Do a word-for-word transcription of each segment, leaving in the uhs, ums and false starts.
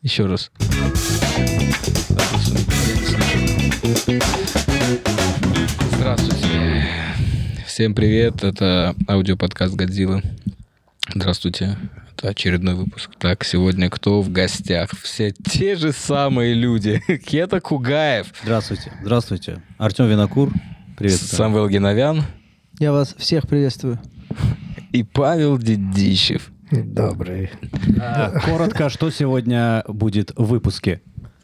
Еще раз. Здравствуйте. Всем привет. Это аудиоподкаст «Годзилла». Здравствуйте. Это очередной выпуск. Так, сегодня кто в гостях? Все те же самые люди. Кета Кугаев. Здравствуйте. Здравствуйте. Артем Винокур. Приветствую. Самвел Геновян. Я вас всех приветствую. И Павел Дедищев. Добрый. А, коротко, что сегодня будет в выпуске?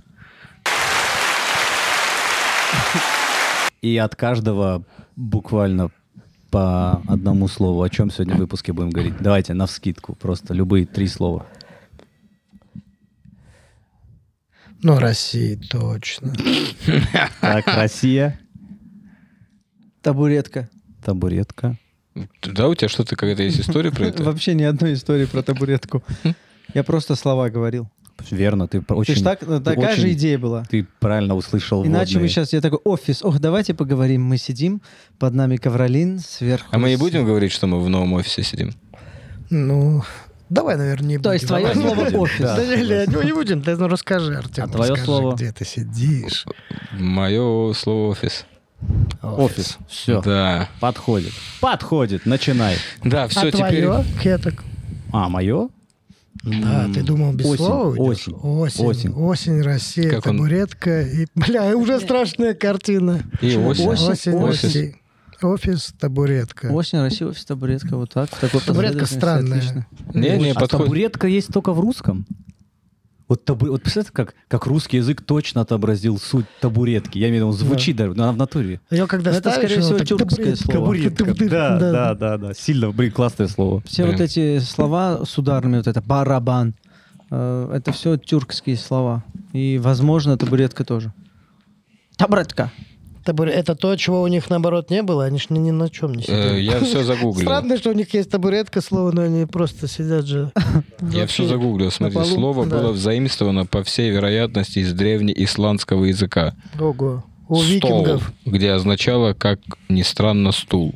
И от каждого буквально по одному слову. О чем сегодня в выпуске будем говорить? Давайте, навскидку, просто любые три слова. Ну, Россия точно. Так, Россия. Табуретка. Табуретка. Да, у тебя что-то, какая-то есть история про это? Вообще ни одной истории про табуретку. Я просто слова говорил. Верно, ты очень... Ты ж так, такая очень- же идея была. Ты правильно услышал Иначе вводные. мы сейчас, я такой, офис, ох, давайте поговорим. Мы сидим, под нами ковролин, сверху... А мы не будем говорить, что мы в новом офисе сидим? Ну, давай, наверное, не будем. То есть твое Давай. слово офис. Да, не, не, ну, не будем. Ты ну, расскажи, Артем. А твое расскажи, слово? где ты сидишь. Мое слово офис. Офис. Все. Да. Подходит. Подходит. Начинай. Да, все, а теперь... твое, Кеток? А, мое? Да, М, ты думал, без осень, слова уйдешь? осень, Осень. осень. Осень, Россия, Как он? табуретка. И, бля, уже страшная картина. И осень. Осень, Осень, офис. Россия. Офис, табуретка. Осень, Россия, офис, табуретка. Вот так. в такой Табуретка последовательности, странная. отлично. Не, не, А подходит. табуретка есть только в русском? Вот, табу... вот представляете, как, как русский язык точно отобразил суть табуретки. Я имею в виду, он звучит даже, но она в натуре. Ее когда Это, ставишь, скорее оно всего, так тюркское табурет- слово. табурет- Да, да, да, да. Сильно, блин, классное слово. Все Блин. вот эти слова с ударными, вот это барабан, э, это все тюркские слова. И, возможно, табуретка тоже. Табуретка. Табуре- Это то, чего у них, наоборот, не было. Они ж ни, ни на чем не Э, сидели. Я все загуглил. Странно, что у них есть табуретка, слово, но они просто сидят же. Я все загуглил. Смотри, полу. слово Да. было заимствовано, по всей вероятности, из древнеисландского языка. Ого. У Стол, викингов. где означало, как ни странно, стул.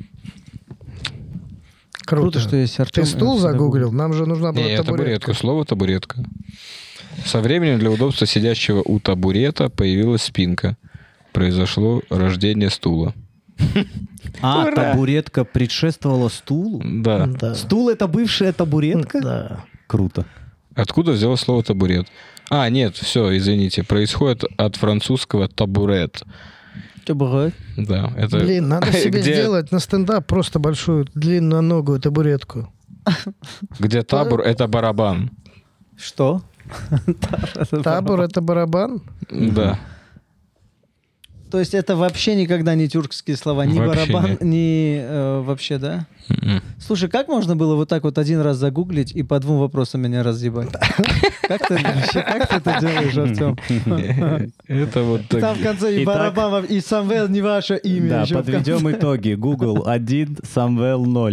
Круто. Круто, что есть Артем. Ты стул Я загуглил? Нам же нужна была Не, я табуретка. табуретку. Слово табуретка. Со временем для удобства сидящего у табурета появилась спинка. Произошло рождение стула. А, Ура! табуретка предшествовала стулу? Да. Да. Стул — это бывшая табуретка? Да. Круто. Откуда взялось слово табурет? А, нет, все, извините. Происходит от французского табурет. Табурет. Да, это... Блин, надо себе где, сделать на стендап просто большую длинноногую табуретку. где табур — это барабан. Что? Табур — это барабан? Да. То есть это вообще никогда не тюркские слова, ни Вообще барабан, нет. ни э, вообще, да? М-м. Слушай, как можно было вот так вот один раз загуглить и по двум вопросам меня разъебать? Как ты вообще, как ты это делаешь, Артем? Это вот так. Там в конце и Итак- барабан, и Самвел не ваше имя. Да, еще в конце. подведем итоги. Google один, Самвел ноль.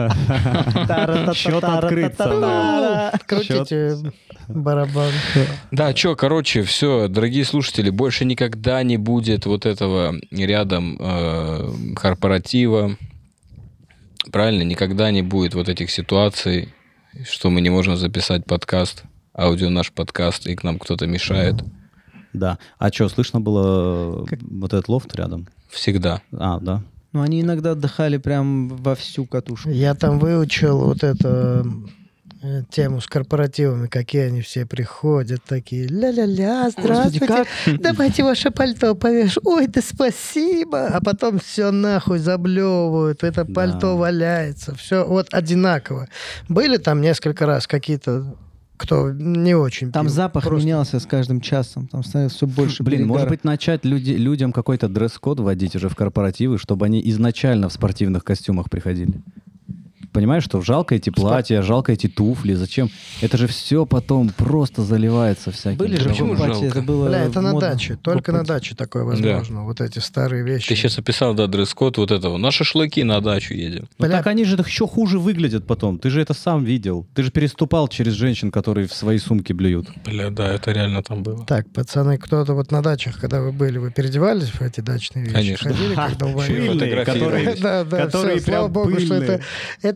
Счет открыт, Самвел. Крутите барабан. Да, что, короче, все, дорогие слушатели, больше никогда не будет вот этого рядом э, корпоратива. Правильно? Никогда не будет вот этих ситуаций, что мы не можем записать подкаст, аудио наш подкаст, и к нам кто-то мешает. Да. А что, слышно было вот этот лофт рядом? Всегда. А, да. Ну, они иногда отдыхали прям во всю катушку. Я там выучил вот эту э, тему с корпоративами, какие они все приходят, такие ля-ля-ля, здравствуйте, как? давайте ваше пальто повеш. Ой, да спасибо. А потом все нахуй заблевывают, это Да. пальто валяется, все вот одинаково. Были там несколько раз какие-то, кто не очень Там пил, запах просто- менялся с каждым часом. Там становилось все больше Блин, может перегара. быть, начать люди, людям какой-то дресс-код вводить уже в корпоративы, чтобы они изначально в спортивных костюмах приходили. Понимаешь, что жалко эти платья, жалко эти туфли, зачем? Это же все потом просто заливается всяким. Были же Почему покупатели, жалко? это было Бля, это на модно. даче, только на Покупать. даче такое возможно. Вот эти старые вещи. Ты сейчас описал, да, дресс-код вот этого. На шашлыки на дачу едем. Ну Бля. так они же еще хуже выглядят потом. Ты же это сам видел. Ты же переступал через женщин, которые в свои сумки блюют. Бля, да, это реально там было. Так, пацаны, кто-то вот на дачах, когда вы были, вы переодевались в эти дачные вещи? Конечно. Ходили, как Еще и долбоёбы? фотографировали. которые, Да, да, которые всё, слава прям богу, что пыльные. это, это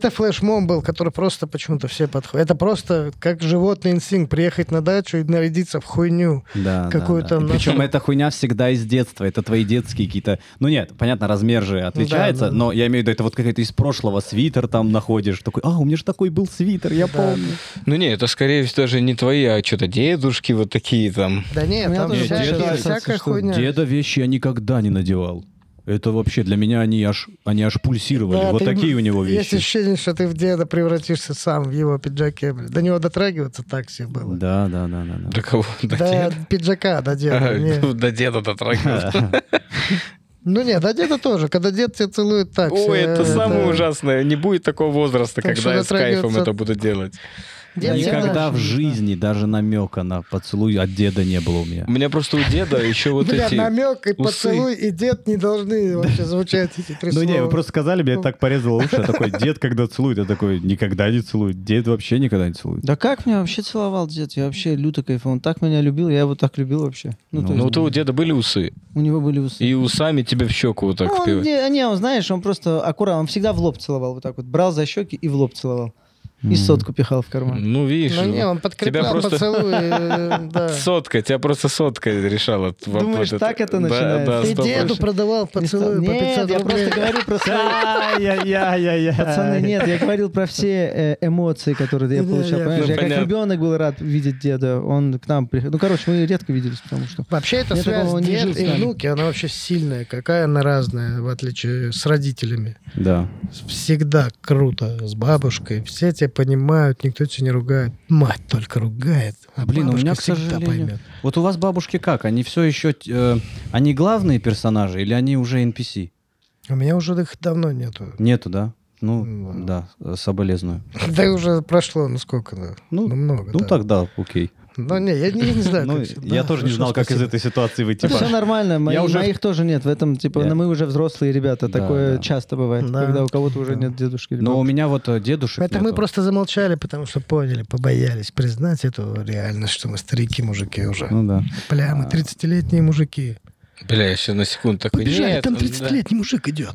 это флешмоб был, который просто почему-то все подходят. Это просто как животный инстинкт приехать на дачу и нарядиться в хуйню. Да, какую-то да, да. И нашу- причем эта хуйня всегда из детства. Это твои детские какие-то... Ну нет, понятно, размер же отличается, Да, да. но я имею в виду, это вот какой-то из прошлого свитер там находишь. Такой, а, у меня же такой был свитер, я помню. Ну не, это скорее всего даже не твои, а что-то дедушки вот такие там. Да нет, У меня там тоже всякая, получается, всякая что хуйня. Деда вещи я никогда не надевал. Это вообще для меня они аж, они аж пульсировали. Да, вот ты- такие у него Есть вещи. ощущение, что ты в деда превратишься сам в его пиджаке. Блин. До него дотрагиваться так себе было. Да, да, да, да. да. До кого? До До деда? пиджака, до деда. А, не. ну, До деда дотрагиваться. Ну нет, до деда тоже. Когда дед тебя целует так. Ой, все, это самое да. ужасное. Не будет такого возраста, Так что когда я с кайфом дотрагиваться- это буду делать. Дед Никогда всегда- в жизни даже намека на поцелуй от деда не было у меня. У меня просто у деда еще вот Бля, эти... намек и усы. поцелуй, и дед не должны вообще звучать эти три Ну не, вы слова. просто сказали, мне так порезало уши. Я такой, дед когда целует, я такой, никогда не целует. Дед вообще никогда не целует. Да как меня вообще целовал дед? Я вообще люто кайфовал. Он так меня любил, я его так любил вообще. Ну, то Ну, есть, Ну, вот у деда были усы. у него были усы. И усами тебе в щеку вот так Ну, он, впивать. не, не, он, знаешь, он просто аккуратно, он всегда в лоб целовал вот так вот. Брал за щеки и в лоб целовал. И сотку пихал в карман. Ну, видишь, Ну не, он тебя подкреплял просто... поцелуй. э, да. Сотка, тебя просто сотка решала. Вот Думаешь, вот так это Да, начинается? да, Ты сто деду процентов. продавал поцелуй по Нет, пятьсот я рублей. просто говорю про свои... Ай-яй-яй-яй. Пацаны, нет, я говорил про все э, эмоции, которые я Да, получал. я- Понимаешь, Ну, я как понятно. ребенок был рад видеть деда. Он к нам приходил. Ну, короче, мы редко виделись, потому что... Вообще эта Я связь такого не жил дед с и нами. внуки, она вообще сильная. Какая она разная, в отличие с родителями. Да. Всегда круто. С бабушкой. Все тебя понимают, никто тебя не ругает. Мать только ругает. А Блин, у бабушка меня, к всегда сожалению... поймет. Вот у вас бабушки как? Они все еще... э, они главные персонажи или они уже эн пи си? У меня уже их давно нету. Нету, да? Ну, Ну, да, э, соболезную. Да уже прошло, ну сколько, да? Ну, Ну, много, Ну, да. тогда окей. Ну, не, я не, не знаю, Ну, как всегда. я тоже не Хорошо, знал, как из спасибо. этой ситуации выйти. Все нормально, мои- Я уже- моих тоже нет. В этом, типа, Я- ну, мы уже взрослые ребята. Да, Такое да. часто бывает, Да. когда у кого-то уже Да. нет дедушки. Но у ребенка. меня вот э, дедушек Это мы нету. просто замолчали, потому что поняли, побоялись признать эту реальность, что мы старики-мужики уже. Ну да. Бля, мы тридцатилетние мужики. Бля, я сейчас на секунду такой... Побежали, нет, там да. тридцатилетний мужик идет.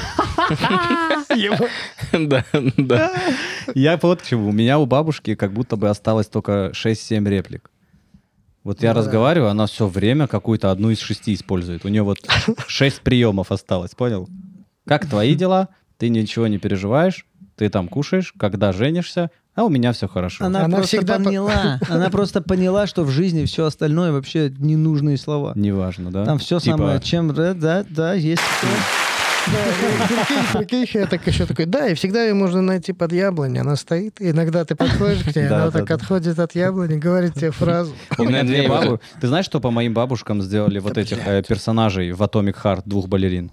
Да, да. Я вот к чему. У меня у бабушки как будто бы осталось только шесть-семь реплик. Вот я Да. разговариваю, она все время какую-то одну из шести использует. У нее вот шесть приемов осталось, понял? Как твои дела? Ты ничего не переживаешь, ты там кушаешь, когда женишься, а у меня все хорошо. Она, Она просто всегда по- поняла, она просто поняла, что в жизни все остальное вообще ненужные слова. Неважно, да? Там все Типа, самое, чем, да, да, да, есть всё. Да, прикинь, прикинь, я так еще такой, да, и всегда ее можно найти под яблоней. Она стоит, и иногда ты подходишь к ней, Да, она да, так да. отходит от яблони, говорит тебе фразу. У меня две Не, вот бабы. Ты знаешь, что по моим бабушкам сделали вот этих э, персонажей в Atomic Heart, двух балерин?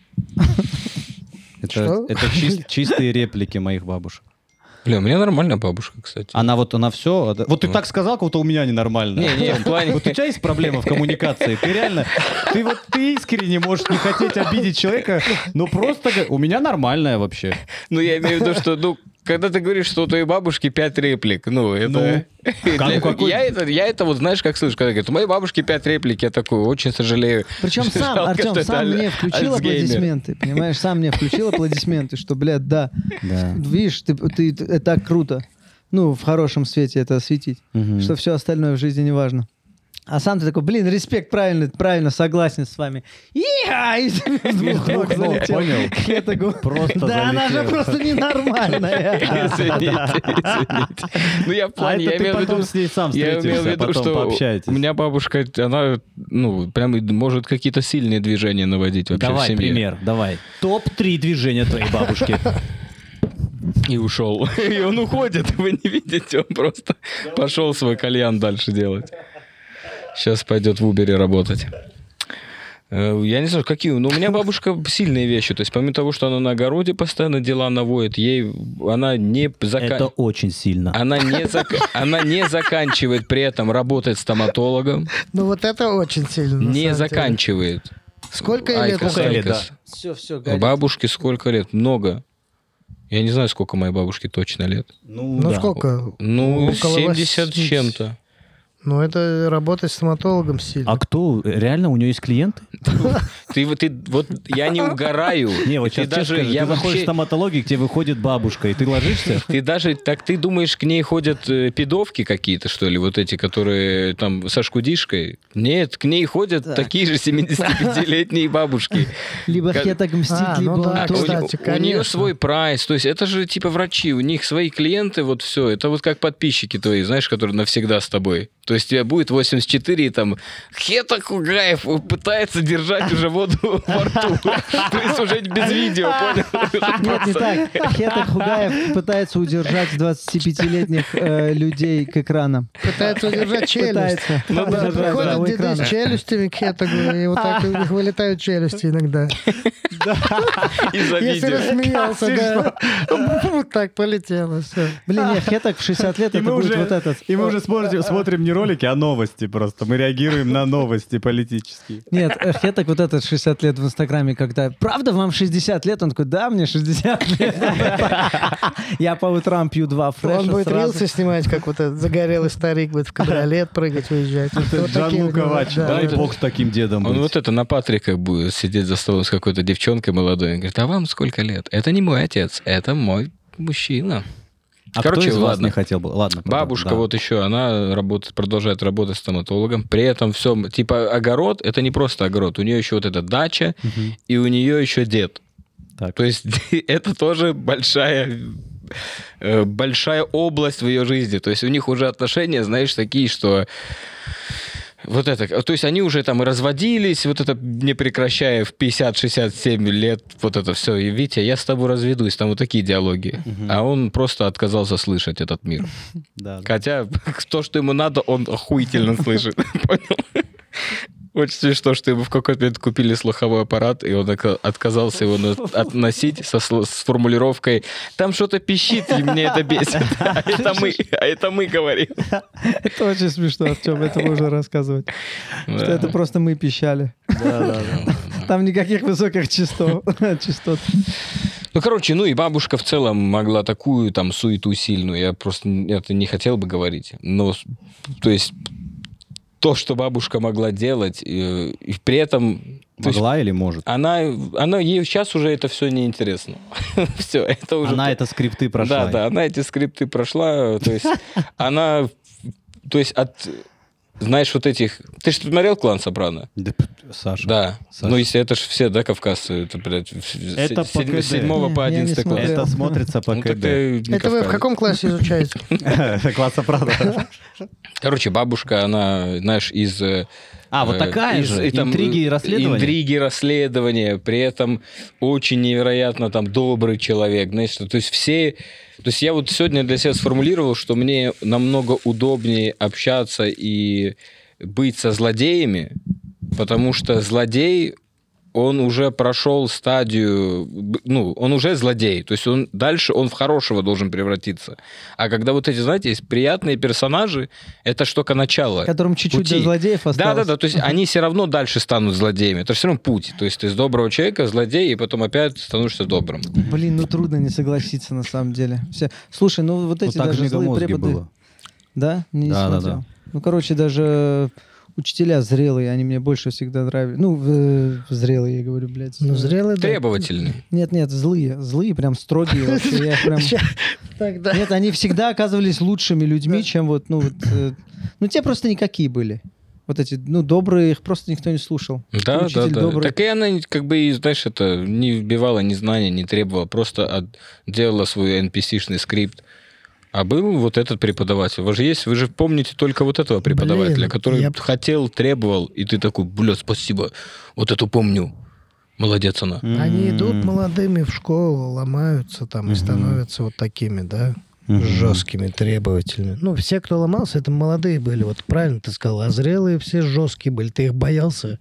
Это, Что? это чис- чистые реплики моих бабушек. Бля, у меня нормальная бабушка, кстати. Она вот, она все... Вот ты так сказал, как будто у меня ненормально. Не, не, в плане... Вот у тебя есть проблема в коммуникации. Ты реально, ты вот ты искренне можешь не хотеть обидеть человека, но просто г- у меня нормальная вообще. Ну, я имею в виду, что, ну, когда ты говоришь, что у твоей бабушки пять реплик, ну, это... Как- Для- какой- я, это, я это вот, знаешь, как слышу, когда говорят, у моей бабушки пять реплик, я такой, очень сожалею. Причем сам, Жалко, Артем, что это сам аль- мне включил Альцгеймер. аплодисменты, понимаешь? Сам мне включил аплодисменты, что, блядь, да. Да. Видишь, ты, ты, это так круто. Ну, в хорошем свете это осветить. Мгм. Что все остальное в жизни не важно. А сам ты такой, блин, респект, правильно, правильно, согласен с вами. И-а! И с двух ног ног, залетел. понял? Я такой, Просто да она же залетел. просто ненормальная. Извините, извините. Ну, я в А плане, это я ты имею в потом виду... с ней сам Я имею в встретишься, а виду, потом что пообщаетесь. у меня бабушка, она, ну, прям и может какие-то сильные движения наводить вообще в Давай семье. пример, давай. топ три движения твоей бабушки. И ушел. И он уходит, вы не видите, он просто пошел свой кальян дальше делать. Сейчас пойдет в Убере работать. Э, Я не знаю, какие... Но у меня бабушка сильные вещи. То есть, помимо того, что она на огороде постоянно дела наводит, ей она не Это заканчивает... очень сильно. Она не, зак... она не заканчивает при этом работать стоматологом. Ну вот это очень сильно. на Не самом деле. заканчивает. Сколько ей лет? Айкос, Сколько ей лет, Айкос. Все, все, Бабушке сколько лет? Много. Я не знаю, сколько моей бабушке точно лет. Ну да. сколько? Ну, Около семьдесят с восьмидесяти. чем-то. Ну, это работать стоматологом сильно. А кто? Реально у нее есть клиенты? Ты, ты, вот я не угораю. Не, вот ты сейчас даже, скажу, я ты заходишь в вообще, стоматологию, к тебе выходит бабушка, и ты ложишься? ты даже, так ты думаешь, к ней ходят э, пидовки какие-то, что ли, вот эти, которые там со шкудишкой? Нет, к ней ходят Так. такие же семидесятипятилетние бабушки. Либо Как- хеток мстить, А, ну либо... да, А, то- у, кстати, у нее конечно. свой прайс, то есть это же типа врачи, у них свои клиенты, вот все, это вот как подписчики твои, знаешь, которые навсегда с тобой. То есть у тебя будет восемьдесят четыре, и там Хета Хугаев пытается держать уже воду во рту. То есть уже без видео, понял? Нет, не так. Хеток Хугаев пытается удержать двадцатипятилетних э, людей к экранам. Пытается удержать челюсть. Пытается Ну да, удержать, да, да, Приходят у деды экрана. с челюстями к Хетагу, и вот так у них вылетают челюсти иногда. Из-за Если видео. рассмеялся, да. Вот так полетело, все. Блин, нет, Хеток в шестьдесят лет, И это мы будет уже, вот этот. и мы уже смотрим, смотрим не ролики, а новости просто. Мы реагируем на новости политические. Нет, э, Хеток вот этот шестьдесят лет в Инстаграме, когда «Правда, вам шестьдесят лет?» Он такой «Да, мне шестьдесят лет». Я по утрам пью два фреша Он будет сразу. рилсы снимать, как вот этот загорелый старик будет в кабриолет прыгать, уезжать. Вот такие Джан вот, Луковач, да. дай бог с таким дедом Он быть. вот это на Патрика будет сидеть за столом с какой-то девчонкой молодой. Он говорит, а вам сколько лет? Это не мой отец, это мой мужчина. А Короче, кто из вас ладно. не хотел бы? Ладно. пардон, Бабушка да. вот еще, она работает, продолжает работать стоматологом. При этом все, типа огород, это не просто огород. У нее еще вот эта дача, Мгм. и у нее еще дед. Так. То есть это тоже большая, э, большая область в ее жизни. То есть у них уже отношения, знаешь, такие, что вот это, то есть они уже там и разводились, вот это не прекращая в пятьдесят шестьдесят семь лет, вот это все. И Витя, я с тобой разведусь, там вот такие диалоги. Мгм. А он просто отказался слышать этот мир. Да, да. Хотя то, что ему надо, он охуительно слышит. Понял? Очень смешно, что ему в какой-то момент купили слуховой аппарат, и он ока- отказался его на- относить со сл- с формулировкой «там что-то пищит, и мне это бесит». А это мы, а это мы говорим. Это очень смешно, Артем, это можно рассказывать. Что Да. это просто мы пищали. Там никаких высоких частот. частот. Ну, короче, ну и бабушка в целом могла такую там суету сильную, я просто это не хотел бы говорить. Но, с- то есть, то, что бабушка могла делать, э, и при этом... то есть Могла или может? Она, она, ей сейчас уже это все неинтересно. Все, это уже... Она то- это скрипты прошла. Да, да, она эти скрипты прошла, то есть она, то есть от, знаешь, вот этих... Ты же смотрел «Клан Сопрано»? Да, п- Саша. Да. Саша. Ну, если это же все, да, кавказцы, это, блядь, с- Это с- по седь- КД. седьмого Не, по я не одиннадцатый класс. смотрел. Это смотрится по Ну, так КД. ты не Это вы в кавказец. каком классе изучаете? Класса правда. Короче, бабушка, она, знаешь, из... э, А, вот э, такая из- же. и там, Интриги и э, расследования? Интриги, расследования. При этом очень невероятно там добрый человек. Знаешь, что- то есть все... То есть я вот сегодня для себя сформулировал, что мне намного удобнее общаться и быть со злодеями, потому что злодей, он уже прошел стадию, б- ну, он уже злодей, то есть он дальше он в хорошего должен превратиться. А когда вот эти, знаете, есть приятные персонажи, это ж только начало. Которым чуть-чуть пути. до злодеев осталось. Да, да, да, то есть они все равно дальше станут злодеями. Это все равно путь. То есть ты с доброго человека злодей, и потом опять становишься добрым. Блин, ну трудно не согласиться на самом деле. Все. Слушай, ну вот Ну, эти так в даже злые «Мегамозге» преподы... было. Да? Не Да, да, смотрел. да. Ну, короче, даже учителя зрелые, они мне больше всегда нравились. Ну, в- в зрелые, я говорю, блядь. Ну, зрелый, да. Требовательный. Нет, нет, злые. Злые, прям строгие вообще. Я их прям... Тогда. Нет, они всегда оказывались лучшими людьми, чем вот, ну, вот... э, Ну, те просто никакие были. Вот эти, ну, добрые, их просто никто не слушал. Да, да, Учитель да. добрый. Так и она, как бы, и, знаешь, это не вбивала ни знания, не требовала, просто от- делала свой эн пи си-шный скрипт. А был вот этот преподаватель. Вы же есть, вы же помните только вот этого преподавателя, Блин, который я- хотел, требовал, и ты такой, бля, спасибо, вот эту помню. Молодец она. Они М-м. идут молодыми в школу, ломаются там и становятся вот такими, да, Мгм. жесткими, требовательными. Ну, все, кто ломался, это молодые были. Вот правильно ты сказал. А зрелые все жесткие были. Ты их боялся?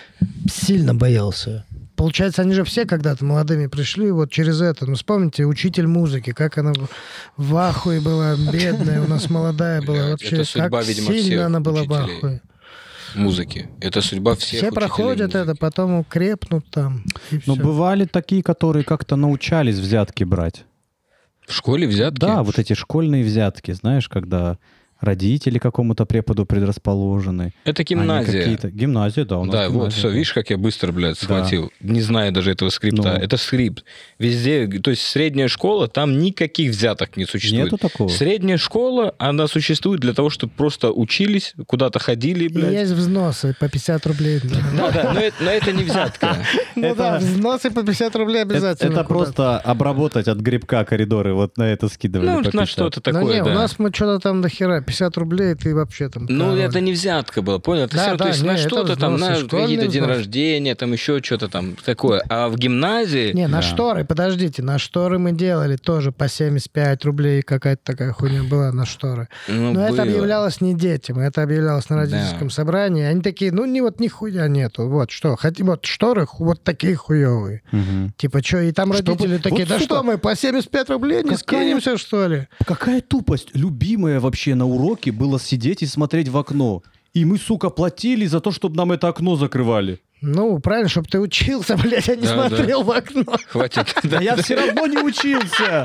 Сильно боялся. Получается, они же все когда-то молодыми пришли вот через это. Ну, вспомните, учитель музыки, как она в- в ахуе была, бедная, у нас молодая была. Блядь, Вообще, это судьба, как видимо, сильно всех она была в учителей. ахуе. Музыки. Это судьба всех Все учителей проходят музыки. это, потом крепнут там. И Но всё. бывали такие, которые как-то научались взятки брать. В школе взятки? Да, вот эти школьные взятки, знаешь, когда родители какому-то преподу предрасположены. Это Они гимназия. какие-то- Гимназия, да, у нас Да, вот гимназия. все, видишь, как я быстро, блядь, Да. схватил, не зная даже этого скрипта. Ну. Это скрипт. Везде, то есть средняя школа, там никаких взяток не существует. Нету такого? Средняя школа, она существует для того, чтобы просто учились, куда-то ходили, И блядь. есть взносы по пятьдесят рублей. Да, да, но это, но это не взятка. Ну Это- да, взносы по пятьдесят рублей Это, обязательно. это куда-то. просто обработать от грибка коридоры, вот на это скидывали. Ну, по на пятьдесят. что-то Ну такое, не, да. у нас мы что-то там до хера, пятьдесят рублей, ты вообще там... Ну, король. это не взятка была, понял? Это Да, всё равно, да, то есть на не, это что-то там, взносы, на школьные какие-то день взносы. рождения, там еще что-то там такое. А в гимназии... Не, на Да. шторы, подождите, на шторы мы делали тоже по семьдесят пять рублей, какая-то такая хуйня была на шторы. ну, Но это было. объявлялось не детям, это объявлялось на родительском Да. собрании. Они такие, ну, не вот нихуя нету. Вот что, хотим, вот шторы ху- вот такие хуевые. Мгм. Типа, что, и там Чтобы- родители такие, вот, да сука, что мы, по семьдесят пять рублей не какая- скинемся, что ли? Какая тупость. Любимое вообще на уроке было сидеть и смотреть в окно. И мы, сука, платили за то, чтобы нам это окно закрывали. Ну, правильно, чтобы ты учился, блядь, а не Да, смотрел в окно. Хватит. Да я все равно не учился.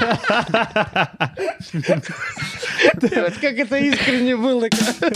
Как это искренне было.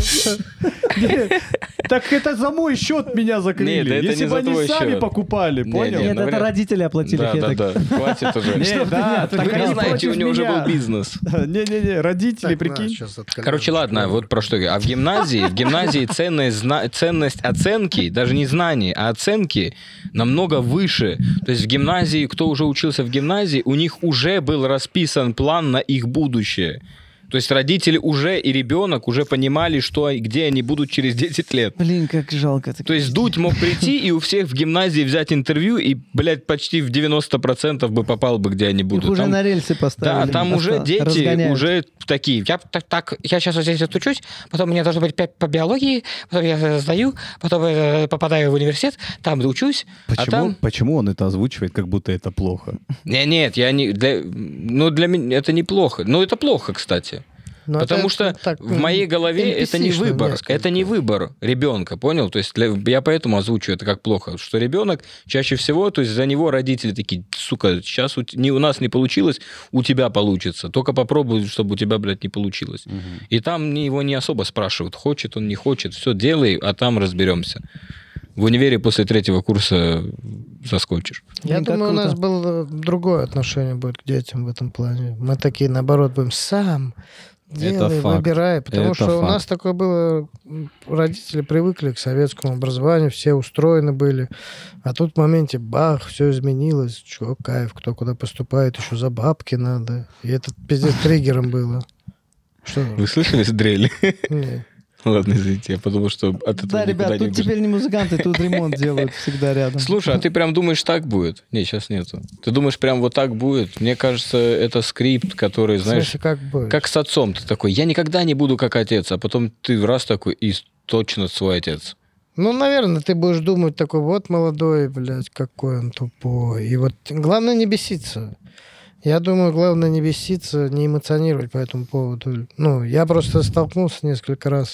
Так это за мой счет меня Нет, закрыли. это Если не бы за они твой сами счет. покупали, Не, понял? не, Нет, ну, это вряд- родители оплатили Да, да, хеток. да, хватит уже. Не, Чтоб да, ты так Вы они не знаете, против у него уже меня. был бизнес. Не-не-не, родители, прикинь. Короче, ладно, вот про что я говорю. А в гимназии, в гимназии ценность, зна- ценность оценки, даже не знаний, а оценки намного выше. То есть в гимназии, кто уже учился в гимназии, у них уже был расписан план на их будущее. То есть родители уже и ребенок уже понимали, что, где они будут через десять лет. Блин, как жалко. То есть Дудь мог прийти и у всех в гимназии взять интервью, и, блядь, почти в девяносто процентов бы попал бы, где они Их будут. уже Там- на рельсы Да, поставили. там уже Осталось. дети Разгоняют. уже такие. Я так, так, я сейчас вот здесь вот учусь, потом мне должно быть пять по биологии, потом я сдаю, потом э, попадаю в университет, там учусь, а Почему, там... почему он это озвучивает, как будто это плохо? Не, нет, я не... Для, ну, для меня это неплохо. Ну, это плохо, кстати. Но Потому это что так, в моей голове это не эн пи си-шно выбор. несколько. Это не выбор ребенка, понял? То есть для- я поэтому озвучу это как плохо. Что ребенок чаще всего, то есть за него родители такие, сука, сейчас у, т- не, у нас не получилось, у тебя получится. Только попробуй, чтобы у тебя, блядь, не получилось. И там не- его не особо спрашивают, хочет он, не хочет. Все делай, а там разберемся. В универе после третьего курса заскочишь. Я Блин, как думаю, у нас круто. было другое отношение будет к детям в этом плане. Мы такие, наоборот, будем сам делай, факт. выбирай. Потому Это что у факт. нас такое было, м, родители привыкли к советскому образованию, все устроены были. А тут в моменте бах, все изменилось. Чё, кайф, кто куда поступает, еще за бабки надо. И это пиздец триггером было. Что? Вы слышали дрель? Не. Ладно, извините, я подумал, что от этого Да, никуда ребят, не тут убежать. теперь не музыканты, тут ремонт делают всегда рядом. Слушай, а ты прям думаешь, так будет? Не, сейчас нету. Ты думаешь, прям вот так будет? Мне кажется, это скрипт, который, В знаешь, смысле, как будет? как с отцом. Ты такой, я никогда не буду как отец, а потом ты раз такой, и точно свой отец. Ну, наверное, ты будешь думать такой, вот молодой, блядь, какой он тупой. И вот главное не беситься. Я думаю, главное не беситься, не эмоционировать по этому поводу. Ну, я просто столкнулся несколько раз,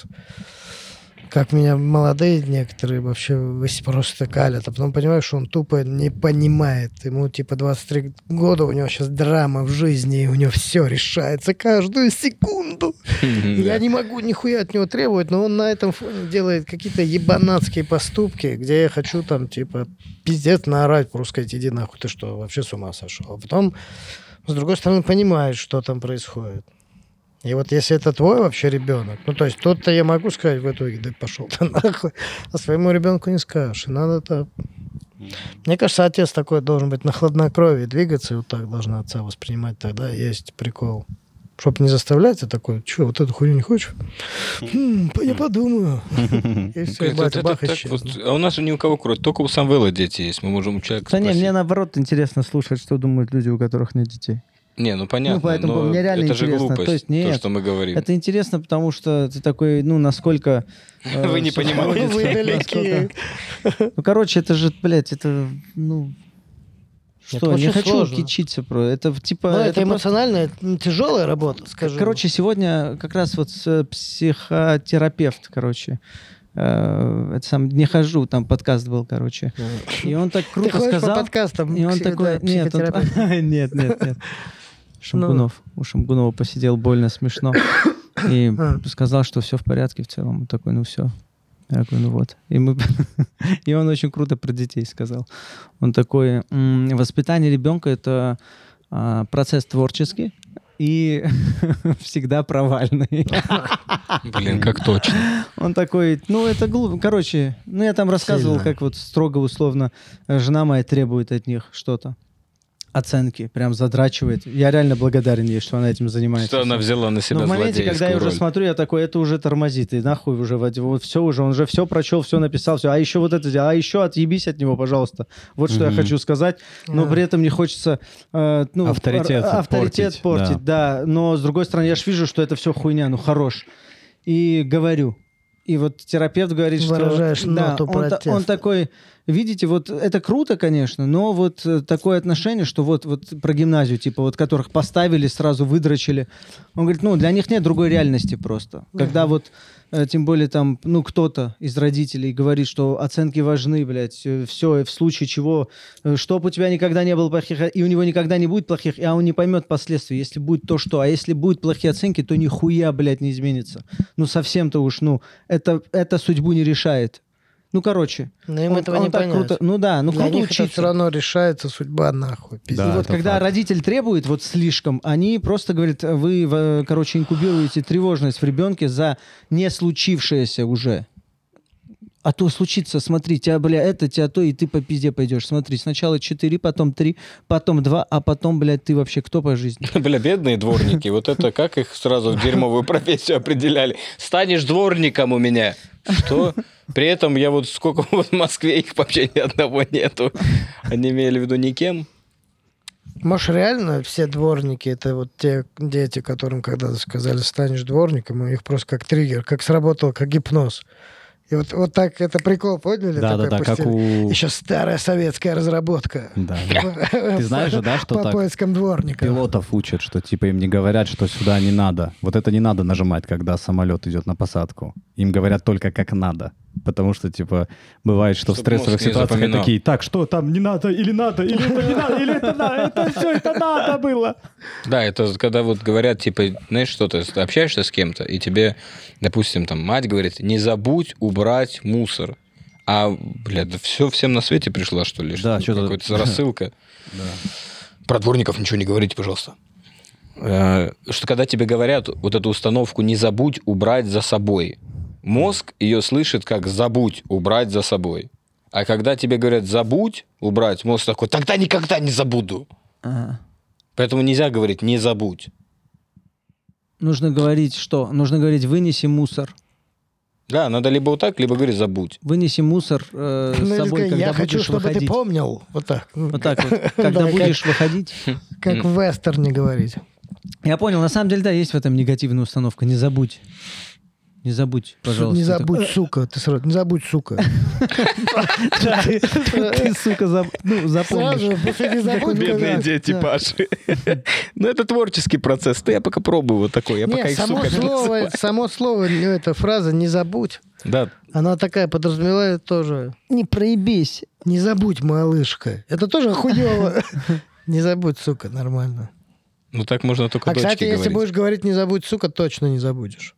как меня молодые некоторые вообще просто калят, а потом понимаешь, что он тупо не понимает. Ему типа двадцать три года, у него сейчас драма в жизни, и у него все решается каждую секунду. И Я не могу нихуя от него требовать, но он на этом фоне делает какие-то ебанатские поступки, где я хочу там, типа, пиздец наорать, просто сказать, иди нахуй, ты что, вообще с ума сошел? А потом, с другой стороны, понимает, что там происходит. И вот если это твой вообще ребенок, ну, то есть тут-то я могу сказать в итоге, да пошел ты нахуй, а своему ребенку не скажешь. И надо так... Мне кажется, отец такой должен быть на хладнокровии, двигаться, и вот так должна отца воспринимать, тогда есть прикол. Чтоб не заставлять, а такой, что, вот эту хуйню не хочешь? Хм, я подумаю. И все, Это- батя, это бах, так исчез. вот. А у нас ни у кого кроме, только у Самвела дети есть. Мы можем у человека Да не, спросить. мне наоборот интересно слушать, что думают люди, у которых нет детей. Не, ну понятно, Ну, поэтому но мне реально это же интересно. глупость, То есть то, нет, что мы говорим. Это интересно, потому что ты такой, ну, насколько... э, Вы не всё понимаете. сходится, Вы далеки. насколько- Ну, короче, это же, блядь, это, ну... Это Что, не очень хочу сложно. кичиться про... Это типа... Ну, это просто- эмоциональная, м, тяжелая работа, скажи. Короче, сегодня как раз вот с- психотерапевт, короче, э, это сам не хожу, там подкаст был, короче, и он так ты круто ходишь по сказал, подкастам? и он к- такой, да, нет, он- психотерапевт? нет, нет, нет, Шамгунов, у Шамгунова посидел больно смешно. И А. сказал, что все в порядке в целом. Он такой, ну все. Я говорю, ну вот. И, мы... и он очень круто про детей сказал. Он такой, м- воспитание ребенка — это а, процесс творческий и всегда провальный. Блин, как точно. Он такой, ну это глупо. Короче, ну я там рассказывал, Сильно. как вот строго условно э, жена моя требует от них что-то. Оценки, прям задрачивает. Я реально благодарен ей, что она этим занимается. Что она взяла на себя Но в моменте, злодейскую когда я уже роль. смотрю, я такой, это уже тормозит, и нахуй уже, вот все уже, он уже все прочел, все написал, все, а еще вот это, а еще отъебись от него, пожалуйста. Вот что я Мгм. хочу сказать, но Да. при этом не хочется э, ну, Авторитет р- авторитет портить, портить, да. Но с другой стороны, я же вижу, что это все хуйня, ну хорош. И говорю. И вот терапевт говорит, Выражаешь что... Да, ноту он, та- протеста. он такой, видите, вот это круто, конечно, но вот э, такое отношение, что вот, вот про гимназию, типа, вот которых поставили, сразу выдрочили. Он говорит, ну, для них нет другой реальности просто. Когда вот, э, тем более там, ну, кто-то из родителей говорит, что оценки важны, блядь, все, в случае чего, э, чтоб у тебя никогда не было плохих, и у него никогда не будет плохих, а он не поймет последствий. Если будет то, что, а если будут плохие оценки, то нихуя, блядь, не изменится. Ну, совсем-то уж, ну, это, это судьбу не решает. Ну, короче. Но им он- этого он не так понять. круто- ну да, ну Для круто них это учиться. все равно решается судьба нахуй. Да. Пиздец. И вот это когда факт. родитель требует вот слишком, они просто говорят, вы, в- короче, инкубируете тревожность в ребенке за не случившееся уже. А то случится, смотри, тебя, бля, это, тебя то, и ты по пизде пойдешь. Смотри, сначала четыре, потом три, потом два, а потом, блядь, ты вообще кто по жизни? Бля, бедные дворники. Вот это как их сразу в дерьмовую профессию определяли. Станешь дворником у меня. Что? При этом я вот сколько вот в Москве их вообще ни одного нету. Они имели в виду никем. Может, реально все дворники, это вот те дети, которым когда-то сказали, станешь дворником, у них просто как триггер, как сработал, как гипноз. И вот, вот так, это прикол, поняли? Да-да-да, как у... Еще старая советская разработка. Да, да. Ты знаешь же, да, что По так поискам дворника. пилотов учат, что типа им не говорят, что сюда не надо. Вот это не надо нажимать, когда самолет идет на посадку. Им говорят только как надо. Потому что, типа, бывает, что в Чтоб стрессовых мозг не ситуациях запоминал. такие, так, что там не надо, или надо, или это не надо, или это надо, это все, это надо было. Да, это когда вот говорят, типа, знаешь, что ты общаешься с кем-то, и тебе, допустим, там мать говорит, не забудь убрать мусор. А, блядь, да все всем на свете пришла, что ли? Да, что что-то- какая-то рассылка. Про дворников ничего не говорите, пожалуйста. Э, Что когда тебе говорят вот эту установку «не забудь убрать за собой», мозг ее слышит как «забудь убрать за собой». А когда тебе говорят «забудь убрать», мозг такой «тогда никогда не забуду». Ага. Поэтому нельзя говорить «не забудь». Нужно говорить что? Нужно говорить «вынеси мусор». Да, надо либо вот так, либо говорить «забудь». Вынеси мусор э, Ну, с или собой, сказать, когда я будешь хочу, чтобы выходить. ты помнил. Вот так. Вот так вот. Когда Да, будешь выходить. Как в вестерне говорить. Я понял, на самом деле, да, есть в этом негативная установка. Не забудь. Не забудь, пожалуйста. Не Ты забудь, сука. Ты сразу, не забудь, сука. такой, Ты, сука, заб- ну, запомнишь. Сразу, после не забудь. Бедные когда- дети, Да. Паши. Ну, это творческий процесс. Да я пока пробую вот такой. Я Не, пока их, само сука, не слово, называю. само слово, ну, эта фраза «не забудь», Да, она такая подразумевает тоже Не проебись. «не забудь, малышка». Это тоже хуево. Не забудь, сука, нормально. ну так можно только А, кстати, дочке если говорить. будешь говорить «не забудь, сука», точно не забудешь.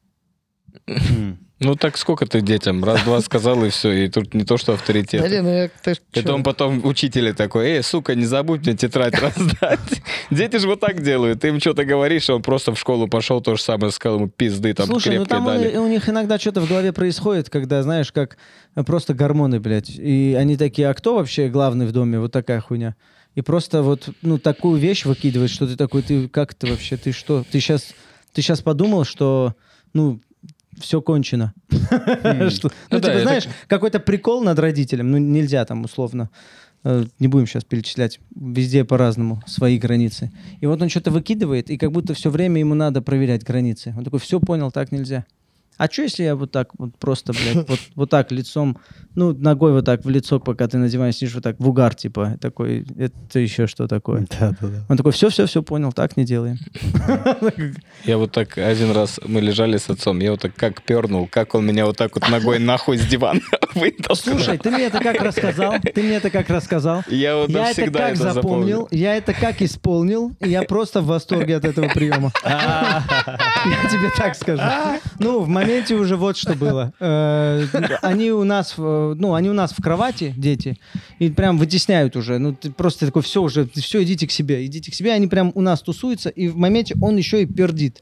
Ну так сколько ты детям? Раз-два сказал, и все. И тут не то, что авторитет. Да, не, ну я... ты ж Это чё? он потом учитель такой, эй, сука, не забудь мне тетрадь раздать. Дети же вот так делают. Ты им что-то говоришь, а он просто в школу пошел, то же самое сказал ему пизды, там Слушай, ну крепкие там дали. у, у них иногда что-то в голове происходит, когда, знаешь, как просто гормоны, блядь. И они такие, а кто вообще главный в доме? Вот такая хуйня. И просто вот, ну, такую вещь выкидывает, что ты такой, ты как ты вообще, ты что? Ты сейчас, ты сейчас подумал, что, ну, все кончено. Что- Ну Ну, да, типа, это- знаешь, какой-то прикол над родителем, ну, нельзя там условно, э, не будем сейчас перечислять, везде по-разному свои границы. И вот он что-то выкидывает, и как будто все время ему надо проверять границы. Он такой, все понял, так нельзя. А что, если я вот так вот просто, блядь, вот, вот так лицом, ну, ногой вот так в лицо, пока ты на диване сидишь, вот так в угар, типа, такой, это еще что такое? Да-да-да. Он такой, все-все-все, понял, так не делаем. Я вот так один раз, мы лежали с отцом, я вот так как пернул, как он меня вот так вот ногой нахуй с дивана вытолкнул. Слушай, ты мне это как рассказал? Ты мне это как рассказал? Я вот Я это навсегда как это запомнил, запомнил. я это как исполнил, и я просто в восторге от этого приема. Я тебе так скажу. Ну, в моменте уже вот что было. Э, Они у нас, в- ну, они у нас в кровати, дети, и прям вытесняют уже. Ну, ты просто такой, все уже, все, идите к себе, идите к себе. Они прям у нас тусуются, и в моменте он еще и пердит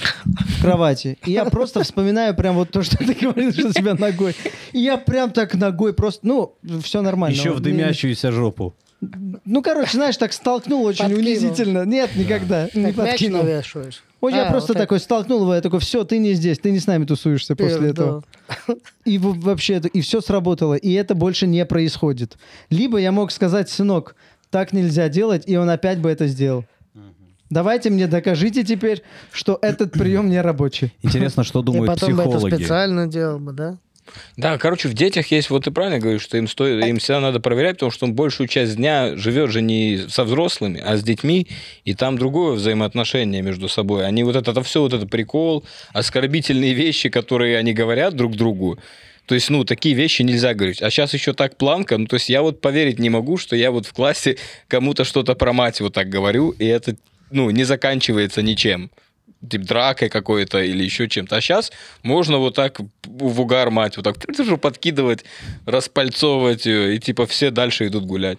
в кровати. И я просто вспоминаю прям вот то, что ты говорил, что себя ногой. И я прям так ногой просто, ну, все нормально. Еще в Не- дымящуюся жопу. Ну, короче, знаешь, так столкнул очень Подкинул. унизительно. Нет, никогда. Не Как мяч подкинул. навешиваешь. Ой, я А, просто вот так. такой столкнул его, я такой, все, ты не здесь, ты не с нами тусуешься после Пердол. этого. И в- вообще, это, и все сработало, и это больше не происходит. Либо я мог сказать, сынок, так нельзя делать, и он опять бы это сделал. Давайте мне докажите теперь, что этот прием не рабочий. Интересно, что И думают потом бы это психологи. специально делал бы, да? Да, короче, в детях есть, вот ты правильно говоришь, что им стоит, им всегда надо проверять, потому что он большую часть дня живет же не со взрослыми, а с детьми, и там другое взаимоотношение между собой. Они вот это, это все вот это прикол, оскорбительные вещи, которые они говорят друг другу. То есть, ну, такие вещи нельзя говорить. А сейчас еще так планка, ну, то есть я вот поверить не могу, что я вот в классе кому-то что-то про мать вот так говорю, и это, ну, не заканчивается ничем. Типа дракой какой-то или еще чем-то. А сейчас можно вот так в угар мать вот так подкидывать, распальцовывать ее, и типа все дальше идут гулять.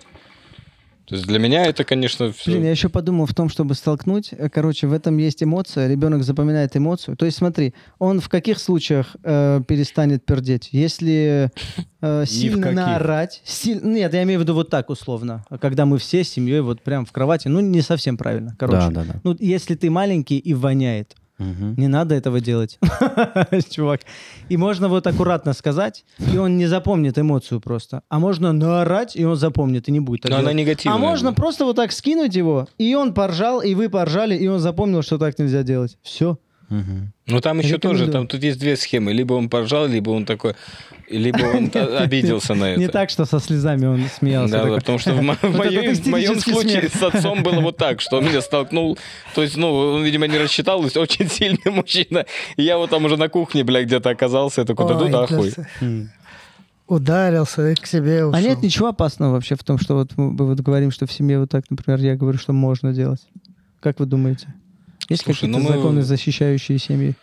То есть для меня это, конечно, все... Блин, я еще подумал в том, чтобы столкнуть. Э, Короче, в этом есть эмоция. Ребенок запоминает эмоцию. То есть смотри, он в каких случаях э, перестанет пердеть? Если э, сильно каких. наорать. силь- Нет, я имею в виду вот так условно. Когда мы все с семьей вот прям в кровати. Ну, не совсем правильно. Короче. Да, да, да. Ну, если ты маленький и воняет, Мгм. не надо этого делать, чувак. И можно вот аккуратно сказать, и он не запомнит эмоцию просто. А можно наорать, и он запомнит, и не будет так Но она делать. негативная. А можно да. просто вот так скинуть его, и он поржал, и вы поржали, и он запомнил, что так нельзя делать. Все. Мгм. Ну там еще тоже, Рекомендую. там тут есть две схемы. Либо он поржал, либо он такой... Либо он обиделся на это. Не так, что со слезами он смеялся. Да, да, такой. потому что в, мо- в Вот моем, это в моем истерический случае смех. с отцом было вот так, что он меня столкнул. То есть, ну, он, видимо, не рассчитал, то есть очень сильный мужчина. И я вот там уже на кухне, бля, где-то оказался, я такой, да Ой, да хуй. классно. М. Ударился и к себе ушел. А нет ничего опасного вообще в том, что вот мы вот говорим, что в семье вот так, например, я говорю, что можно делать. Как вы думаете? Есть Слушай, какие-то ну мы- законы, защищающие семьи?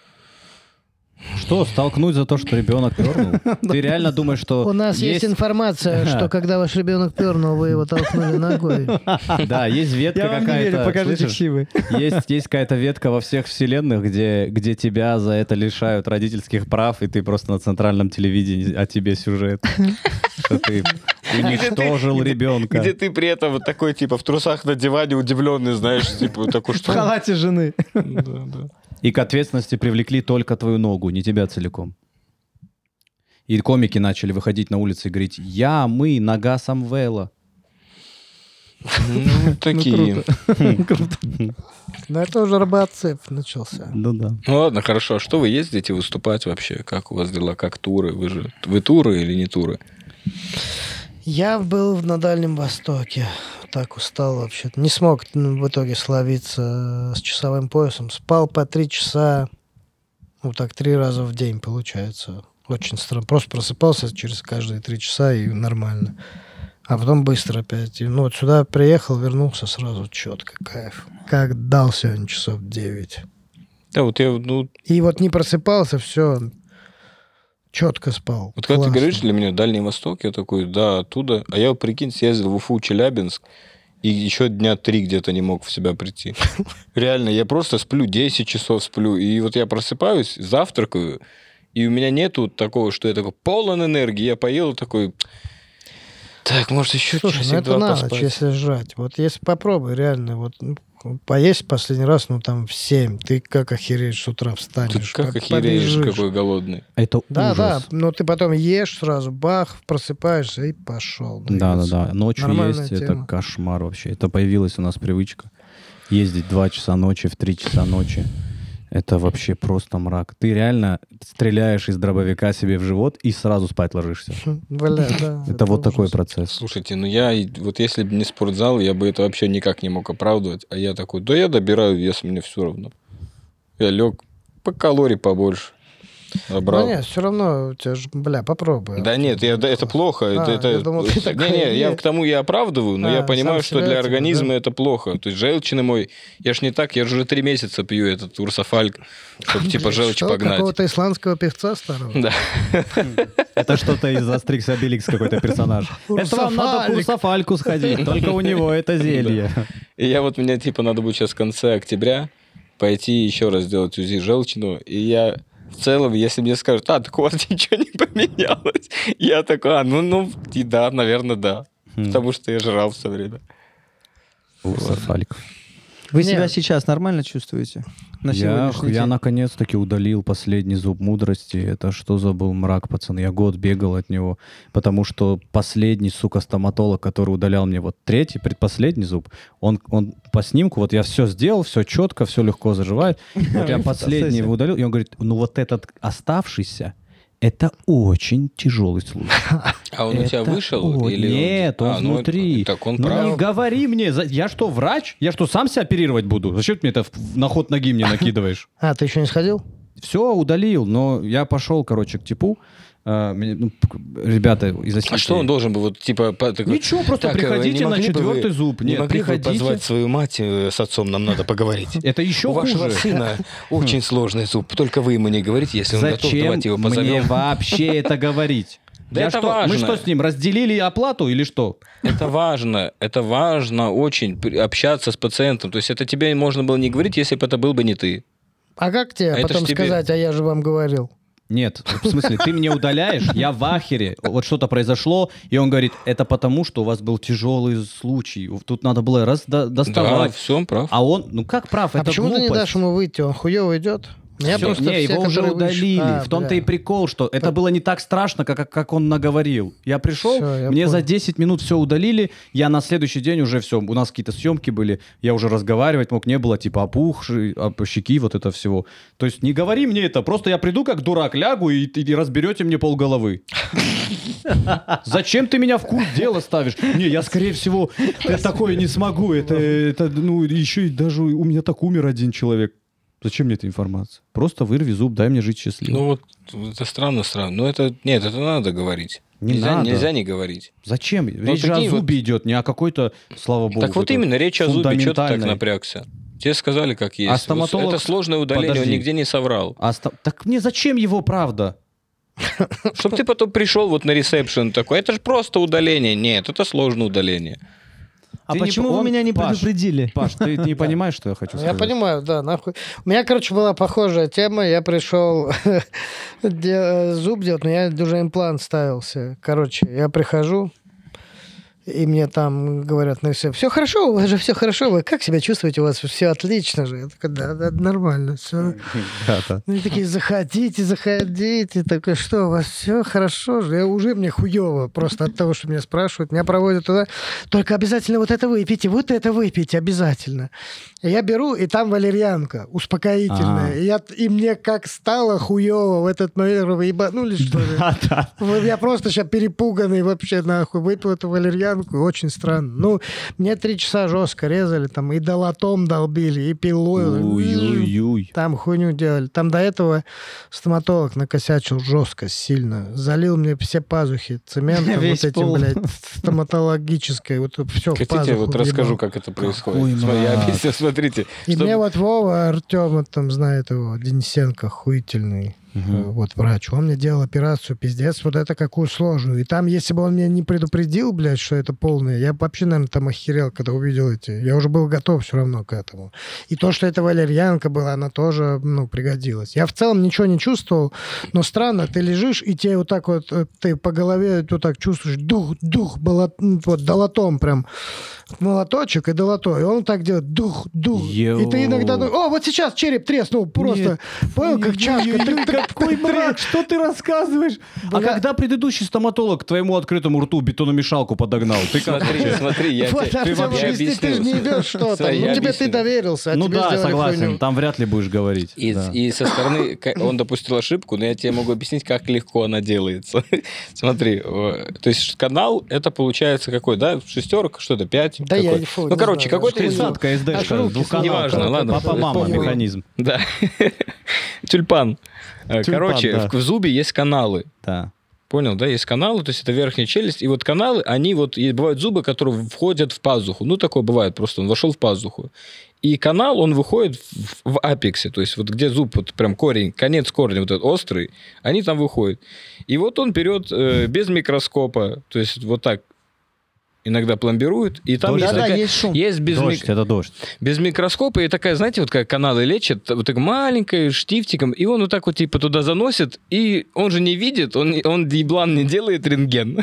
Что, столкнуть за то, что ребенок пернул? Ты реально думаешь, что... У нас есть, информация, что когда ваш ребенок пернул, вы его толкнули ногой. Да, есть ветка Я вам не верю, какая-то... покажите слышишь? ксивы. Есть, есть какая-то ветка во всех вселенных, где, где тебя за это лишают родительских прав, и ты просто на центральном телевидении, а тебе сюжет. Что ты уничтожил Где- ребенка. Где ты при этом вот такой, типа, в трусах на диване удивленный, знаешь, типа, такой, В что... халате жены. Да, да. И к ответственности привлекли только твою ногу, не тебя целиком. И комики начали выходить на улицы и говорить: «Я, мы, нога Самвела». Ну, такие. Но это уже робоцеп начался. Ну да. Ну ладно, хорошо. А что вы ездите выступать вообще? Как у вас дела? Как туры? Вы же... Вы туры или не туры? Я был на Дальнем Востоке. Так устал вообще-то. Не смог ну, в итоге словиться с часовым поясом. Спал по три часа. Ну, так три раза в день получается. Очень странно. Просто просыпался через каждые три часа и нормально. А потом быстро опять. И, ну, вот сюда приехал, вернулся сразу четко. Кайф. Как дал сегодня часов девять. Да, вот я, ну, И вот не просыпался, все. Четко спал. вот когда ты Классно. говоришь для меня Дальний Восток, я такой, да, оттуда. А я, прикинь, съездил в Уфу, Челябинск, и еще дня три где-то не мог в себя прийти. Реально, я просто сплю, десять часов сплю, и вот я просыпаюсь, завтракаю, и у меня нету такого, что я такой полон энергии, я поел такой... Так, может, еще Слушай, ну часик это два на ночь, поспать. если жрать. Вот если попробуй, реально, вот ну, поесть последний раз, ну там в семь, ты как охереешь с утра Ты встанешь. как по- охереешь, побежишь. какой голодный. Это Да, да, ужас. но ты потом ешь сразу, бах, просыпаешься и пошел. Да, да, да. Ночью Нормальная есть, это тема. кошмар вообще. Это появилась у нас привычка ездить два часа ночи в три часа ночи. Это вообще просто мрак. Ты реально стреляешь из дробовика себе в живот и сразу спать ложишься. Бля, да. Это вот такой ужас. процесс. Слушайте, ну я, и- вот если бы не спортзал, я бы это вообще никак не мог оправдывать. А я такой, да я добираю вес, мне все равно. Я лег, по калорий побольше. Набрал. Ну нет, все равно, у тебя же, бля, попробуй. Да нет, я- да, это плохо. А, это, это- я думал, ты такой, не, не, я нет. к тому я оправдываю, но А, я сам понимаю, что себя для тебе, организма да? это плохо. То есть желчный мой, я ж не так, я же уже три месяца пью этот урсофальк, чтобы типа желчь Что, погнать. какого-то исландского певца старого? Да. Это что-то из Астрикс Обеликс какой-то персонаж. Это вам надо к Урсофальку сходить, только у него это зелье. И я вот, мне типа надо будет сейчас в конце октября пойти еще раз сделать УЗИ желчного, и я в целом, если мне скажут, а, так у вас ничего не поменялось, я такой, а, ну, ну, и да, наверное, да. Потому что я жрал все время. Урсофальк. Вы Нет. себя сейчас нормально чувствуете? На Я, сегодняшний я день? наконец-таки удалил последний зуб мудрости. Это что за был мрак, пацаны? Я год бегал от него, потому что последний, сука, стоматолог, который удалял мне вот третий, предпоследний зуб, он, он по снимку, вот я все сделал, все четко, все легко заживает. Вот я последний его удалил, и он говорит, ну вот этот оставшийся, это очень тяжелый случай. А он у тебя Это вышел? о- или Нет, он А, ну, внутри. так он Ну прав. не говори мне, за- я что, врач? Я что, сам себя оперировать буду? Зачем ты мне это в- на ход ноги мне накидываешь? А, ты еще не сходил? Все, удалил, но я пошел, короче, к типу. А, мне, ну, п- ребята из А Осетии. что он должен был, вот, типа... по- такой, Ничего, просто «Так, э, приходите не на могли бы вы- четвертый зуб. Не Нет, могли бы приходите. позвать свою мать э, с отцом, нам надо поговорить. Это еще У вашего хуже. сына очень сложный зуб, только вы ему не говорите, если он готов, Зачем давайте его мне позовем. вообще это говорить? Да Я это что, важно. Мы что с ним, разделили оплату или что? Это важно, это важно очень при- общаться с пациентом. То есть это тебе можно было не говорить, если бы это был бы не ты. А как тебе А это потом ж тебе- сказать, а я же вам говорил? Нет, в смысле, ты мне удаляешь, я в ахере, вот что-то произошло, и он говорит, это потому, что у вас был тяжелый случай, тут надо было раз до- Да, доставать. все, он прав. А он, ну как прав, А это почему ты не глупость. дашь ему выйти? Он хуево идет? Меня Всё, просто не, все, его уже которые выше- удалили. А, в том-то бля. и прикол, что это было не так страшно, как, как он наговорил. Я пришел, Всё, я мне понял. за десять минут все удалили, я на следующий день уже все, у нас какие-то съемки были, я уже разговаривать мог, не было типа опухшей, оп- щеки, вот это всего. То есть не говори мне это, просто я приду как дурак, лягу и, и разберете мне полголовы. Зачем ты меня в курс дела ставишь? Не, я, скорее всего, я такое не смогу. Это, это, ну, еще и даже у меня так умер один человек. Зачем мне эта информация? Просто вырви зуб, дай мне жить счастливо. Ну вот, это странно, странно. Но это, нет, это надо говорить. Не нельзя, надо. нельзя не говорить. Зачем? Речь же о прикинь, зубе идет, не о какой-то, слава богу. так вот какой-то именно, речь о зубе, что ты так фундаментальной. напрягся? Тебе сказали, как есть. А Вот стоматолог- Это сложное удаление, Подожди. он нигде не соврал. А ста- Так мне зачем его правда? Чтобы ты потом пришел вот на ресепшн такой, это же просто удаление. Нет, это сложное удаление. А Ты не почему по- вы он- меня не Паш, предупредили? Паш, ты не понимаешь, что я хочу Я сказать? понимаю, да, нахуй. У меня, короче, была похожая тема. Я пришел де- зуб делать, но я уже имплант ставился. Короче, я прихожу, и мне там говорят на все, все хорошо, у вас же все хорошо, вы как себя чувствуете, у вас все отлично же. Я такой, да, да, нормально, все. Да, да. Они такие, заходите, заходите. Такой, что, у вас все хорошо же? Я уже мне хуево просто от того, что меня спрашивают. Меня проводят туда. Только обязательно вот это выпейте, вот это выпейте обязательно. И я беру, и там валерьянка успокоительная. А. И, я, и мне как стало хуево в этот момент, вы ебанули, что ли? Да, да. Вот я просто сейчас перепуганный вообще, нахуй, выпил эту валерьянку, и очень странно. Ну, мне три часа жестко резали, там, и долотом долбили, и пилой. Уй-уй-уй. Там хуйню делали. Там до этого стоматолог накосячил жестко, сильно. Залил мне все пазухи цементом, вот Весь этим, пол. блядь, стоматологической. Вот все в Хотите, пазуху вот расскажу, въебал. как это происходит. Какой Смотри, я мрак. объясню, смотрите. И Чтоб- мне вот Вова Артем, там знает его, Денисенко, хуительный, э, вот врач, он мне делал операцию, пиздец, вот это какую сложную. И там, если бы он меня не предупредил, блядь, что это полное, я бы вообще, наверное, там охерел, когда увидел эти. Я уже был готов все равно к этому. И то, что это валерьянка была, она тоже, ну, пригодилась. Я в целом ничего не чувствовал, но странно, ты лежишь, и тебе вот так вот, э, ты по голове вот так чувствуешь дух, дух, болот, вот долотом прям, молоточек и долото, и он так делает дух, дух. Йоу. И ты иногда думаешь, о, вот сейчас череп треснул, просто, понял, как чашка. Ой-ой-ой, как Какой мрак, что ты рассказываешь? А когда предыдущий стоматолог к твоему открытому рту бетономешалку подогнал? Ты как Смотри, вообще? смотри, я Вот, тебе Артем, я объясни, ты же объясню. не ебешь что-то. Смотри, я Ну, тебе объясню. ты доверился, а Ну тебе да, сделали согласен, хуйню. там вряд ли будешь говорить. И, Да. и со стороны к- он допустил ошибку, но я тебе могу объяснить, как легко она делается. Смотри, э, то есть канал, это получается какой, да, шестерка, что-то, пять? Да какой? я не фу, Ну, не короче, знаю, какой-то даже из... хуйню. Тридцатка Аж СДшка, руки двухканальная. Неважно, ладно. Папа-мама Понял. механизм. Да. Тюльпан. Э, Тюльпан, Короче, да. в, в зубе есть каналы. Да. Понял, да? Есть каналы, то есть это верхняя челюсть. И вот каналы, они вот... И бывают зубы, которые входят в пазуху. Ну, такое бывает просто. Он вошел в пазуху. И канал, он выходит в, в апексе. То есть вот где зуб, вот прям корень, конец корня вот этот острый, они там выходят. И вот он берет э, без микроскопа, то есть вот так иногда пломбирует. И там Дождь. есть, Да-да, такая- есть шум. есть без, Дождь, мик- это дождь. без микроскопа, и такая, знаете, вот как каналы лечат, вот так маленькой штифтиком, и он вот так вот типа туда заносит, и он же не видит, он, не- он еблан не делает рентген.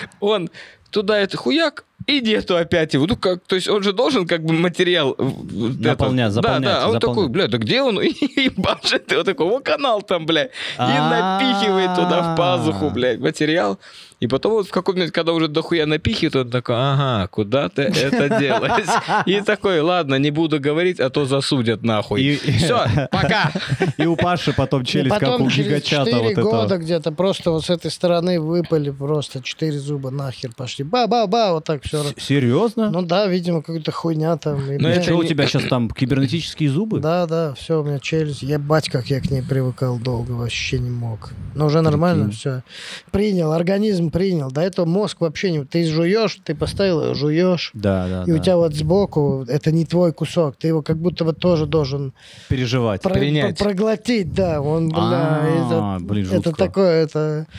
Он туда это хуяк, и нету опять его. Ну как, то есть он же должен как бы материал... э, вот Наполнять, это- заполнять, Да, да, а он заполнять. такой, бля, да где он? И башит, и вот такой, о, канал там, бля. И напихивает туда в пазуху, блядь, материал. И потом вот в какой-то момент, когда уже дохуя напихивает, он такой, ага, куда ты это делаешь? И такой, ладно, не буду говорить, а то засудят нахуй. И- Все, пока. И у Паши потом И челюсть, как у потом через гигачата вот четыре года этого. где-то просто вот с этой стороны выпали просто четыре зуба нахер пошли. Ба-ба-ба, вот так все. Серьезно? Ну да, видимо, какая-то хуйня там. И, Но блядь, это Что у не- тебя сейчас там, кибернетические зубы? Да, да, все, у меня челюсть. Ебать, как я к ней привыкал долго, вообще не мог. Но уже нормально все. Принял, организм принял. До этого мозг вообще не... Ты жуешь, ты поставил, жуешь. Да, да, И у да. тебя вот сбоку, это не твой кусок, ты его как будто вот тоже должен Переживать. про- Принять. про- проглотить, да. Он, бля, А, это, блин, это жутко. такое, это...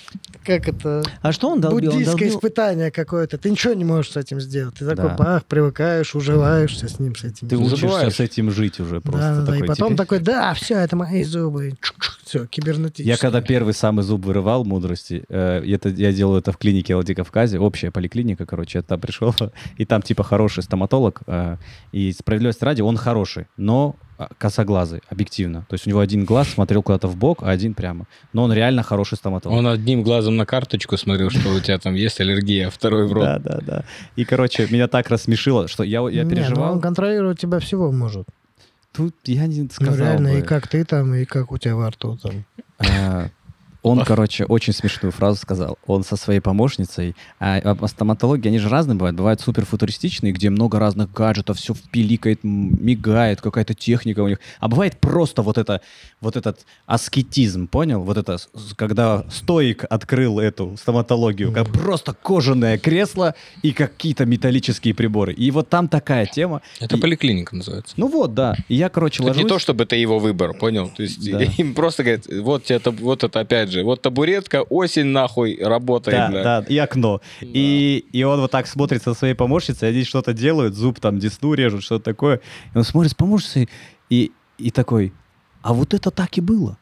Как это? А что он долбил? Он Буддийское долбил- испытание какое-то. Ты ничего не можешь с этим сделать. Ты такой, Да. бах, привыкаешь, уживаешься с ним, с этим. Ты учишься Забываешь. с этим жить уже просто. Да, да, да. И такой, потом теперь- такой, да, все, это мои зубы. Все, кибернетические. Я когда первый самый зуб вырывал мудрости, э, это, я делал это в клинике Владикавказе, общая поликлиника, короче, я там пришел, и там типа хороший стоматолог, э, и справедливости ради, он хороший, но а, косоглазый, объективно. То есть у него один глаз смотрел куда-то в бок, а один прямо. Но он реально хороший стоматолог. Он одним глазом на карточку смотрел, что у тебя там есть аллергия, а второй в рот. Да, да, да. И, короче, меня так рассмешило, что я, я Не, ну переживал. он контролировать тебя всего может. Тут я не Ну, сказал реально, бы. и как ты там, и как у тебя во рту там. А, Он, короче, очень смешную фразу сказал. Он со своей помощницей. А, а стоматологи, они же разные бывают. Бывают суперфутуристичные, где много разных гаджетов, все пиликает, м, мигает, какая-то техника у них. А бывает просто вот это, вот этот аскетизм, понял? Вот это, с- когда стоик открыл эту стоматологию, как просто кожаное кресло и какие-то металлические приборы. И вот там такая тема. Это И- поликлиника называется. Ну вот, да. И я, короче, Это ложусь... не то, чтобы это его выбор, понял? То есть Да. им просто говорят, вот тебе, таб- вот это опять же, вот табуретка, осень нахуй, работает, Да, бля. да, и окно. И, и он вот так смотрит со своей помощницей, они что-то делают, зуб там, десну режут, что-то такое. И он смотрит с помощницей и, и такой, а вот это так и было.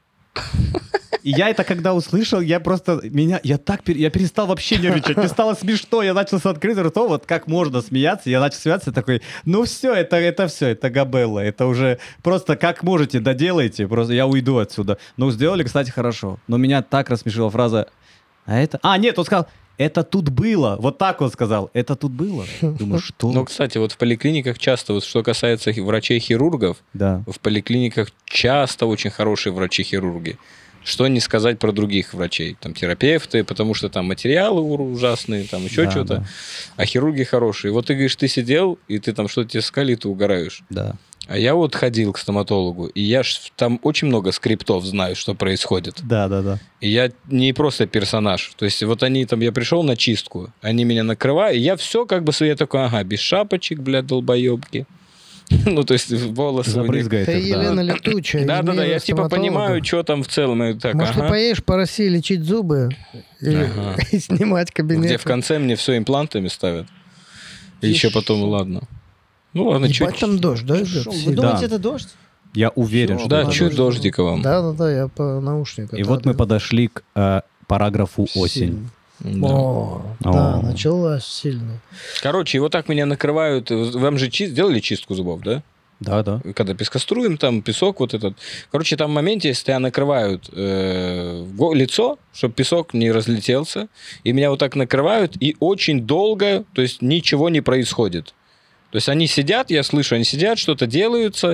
И я это когда услышал, я просто, меня, я так, пер- я перестал вообще нервничать, мне стало смешно, я начал с открытым ртом, вот как можно смеяться, я начал смеяться, я такой, ну все, это, это все, это габелла, это уже просто как можете, доделайте, просто я уйду отсюда. Ну, сделали, кстати, хорошо, но меня так рассмешила фраза, а это, а, нет, он сказал, это тут было, вот так он сказал, это тут было. Думаю, что? Ну, кстати, вот в поликлиниках часто, вот что касается хи- врачей-хирургов, Да. в поликлиниках часто очень хорошие врачи-хирурги. Что не сказать про других врачей, там терапевты, потому что там материалы ур- ужасные, там еще Да, что-то, да. а хирурги хорошие. Вот ты говоришь, ты сидел, и ты там что-то тебе сказали, и ты угораешь. Да. А я вот ходил к стоматологу, и я ж там очень много скриптов знаю, что происходит. Да, да, да. И я не просто персонаж. То есть вот они там, я пришел на чистку, они меня накрывают, и я все как бы, я такой, ага, без шапочек, блядь, долбоебки. Ну, то есть волосы... у них- Забрызгает Ты их, да. Елена Летучая. Да, да, да, я из типа стоматолога. понимаю, что там в целом. И так, Может, ты ага. поедешь по России лечить зубы и, Ага. и снимать кабинет. Где в конце мне все имплантами ставят. И Ты еще потом, шо? ладно. Ну ладно, Ебать, чуть... там дождь, да, идет? Шо, Вы сильно? думаете, Да. это дождь? Я уверен, Всё, что Да, это ладно. чуть дождь. дождика вам. Да, да, да, я по наушнику. И вот мы подошли к э, параграфу «Осень». Да. О, да, О. началась сильно. Короче, и вот так меня накрывают. Вам же чи- сделали чистку зубов, да? Да, да. Когда пескоструем, там песок вот этот. Короче, там в моменте, если тебя накрывают э, в го- лицо, чтобы песок не разлетелся, и меня вот так накрывают, и очень долго, то есть ничего не происходит. То есть они сидят, я слышу, они сидят, что-то делаются,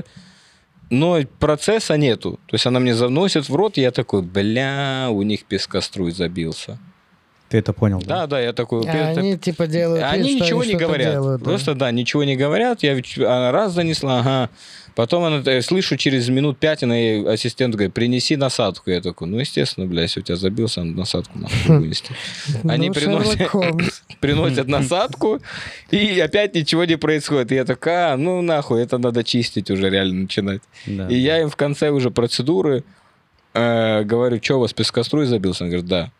но процесса нету. То есть она мне заносит в рот, и я такой, бля, у них пескоструй забился. Ты это понял, да? Да, да, я такой... А это- они типа делают вид, Они что ничего они не что-то говорят. делают, да. Просто, да, ничего не говорят. Я ведь- она раз занесла, ага. Потом она, я слышу, через минут пять она ей ассистент говорит, принеси насадку. Я такой, ну, естественно, блядь, если у тебя забился, надо насадку нахуй вынести. Они Ну, приносят, Шерлок Холмс. приносят насадку, и опять ничего не происходит. И я такой, а, ну, нахуй, это надо чистить уже, реально начинать. Да. И я им в конце уже процедуры э, говорю, что, у вас пескоструй забился? Он говорит, да.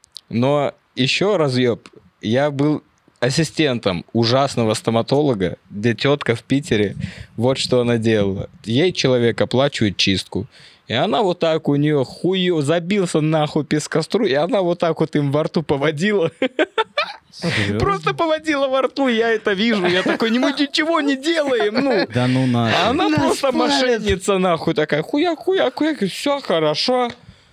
Но еще разъеб, я был ассистентом ужасного стоматолога, где тетка в Питере, вот что она делала. Ей человек оплачивает чистку, и она вот так у нее хуё забился нахуй пескоструй, и она вот так вот им во рту поводила. Серьезно? Просто поводила во рту, я это вижу, я такой, мы ничего не делаем, ну. Да ну А нахуй. она Нас просто палят. мошенница, нахуй, такая, хуя, хуя, хуя, все хорошо.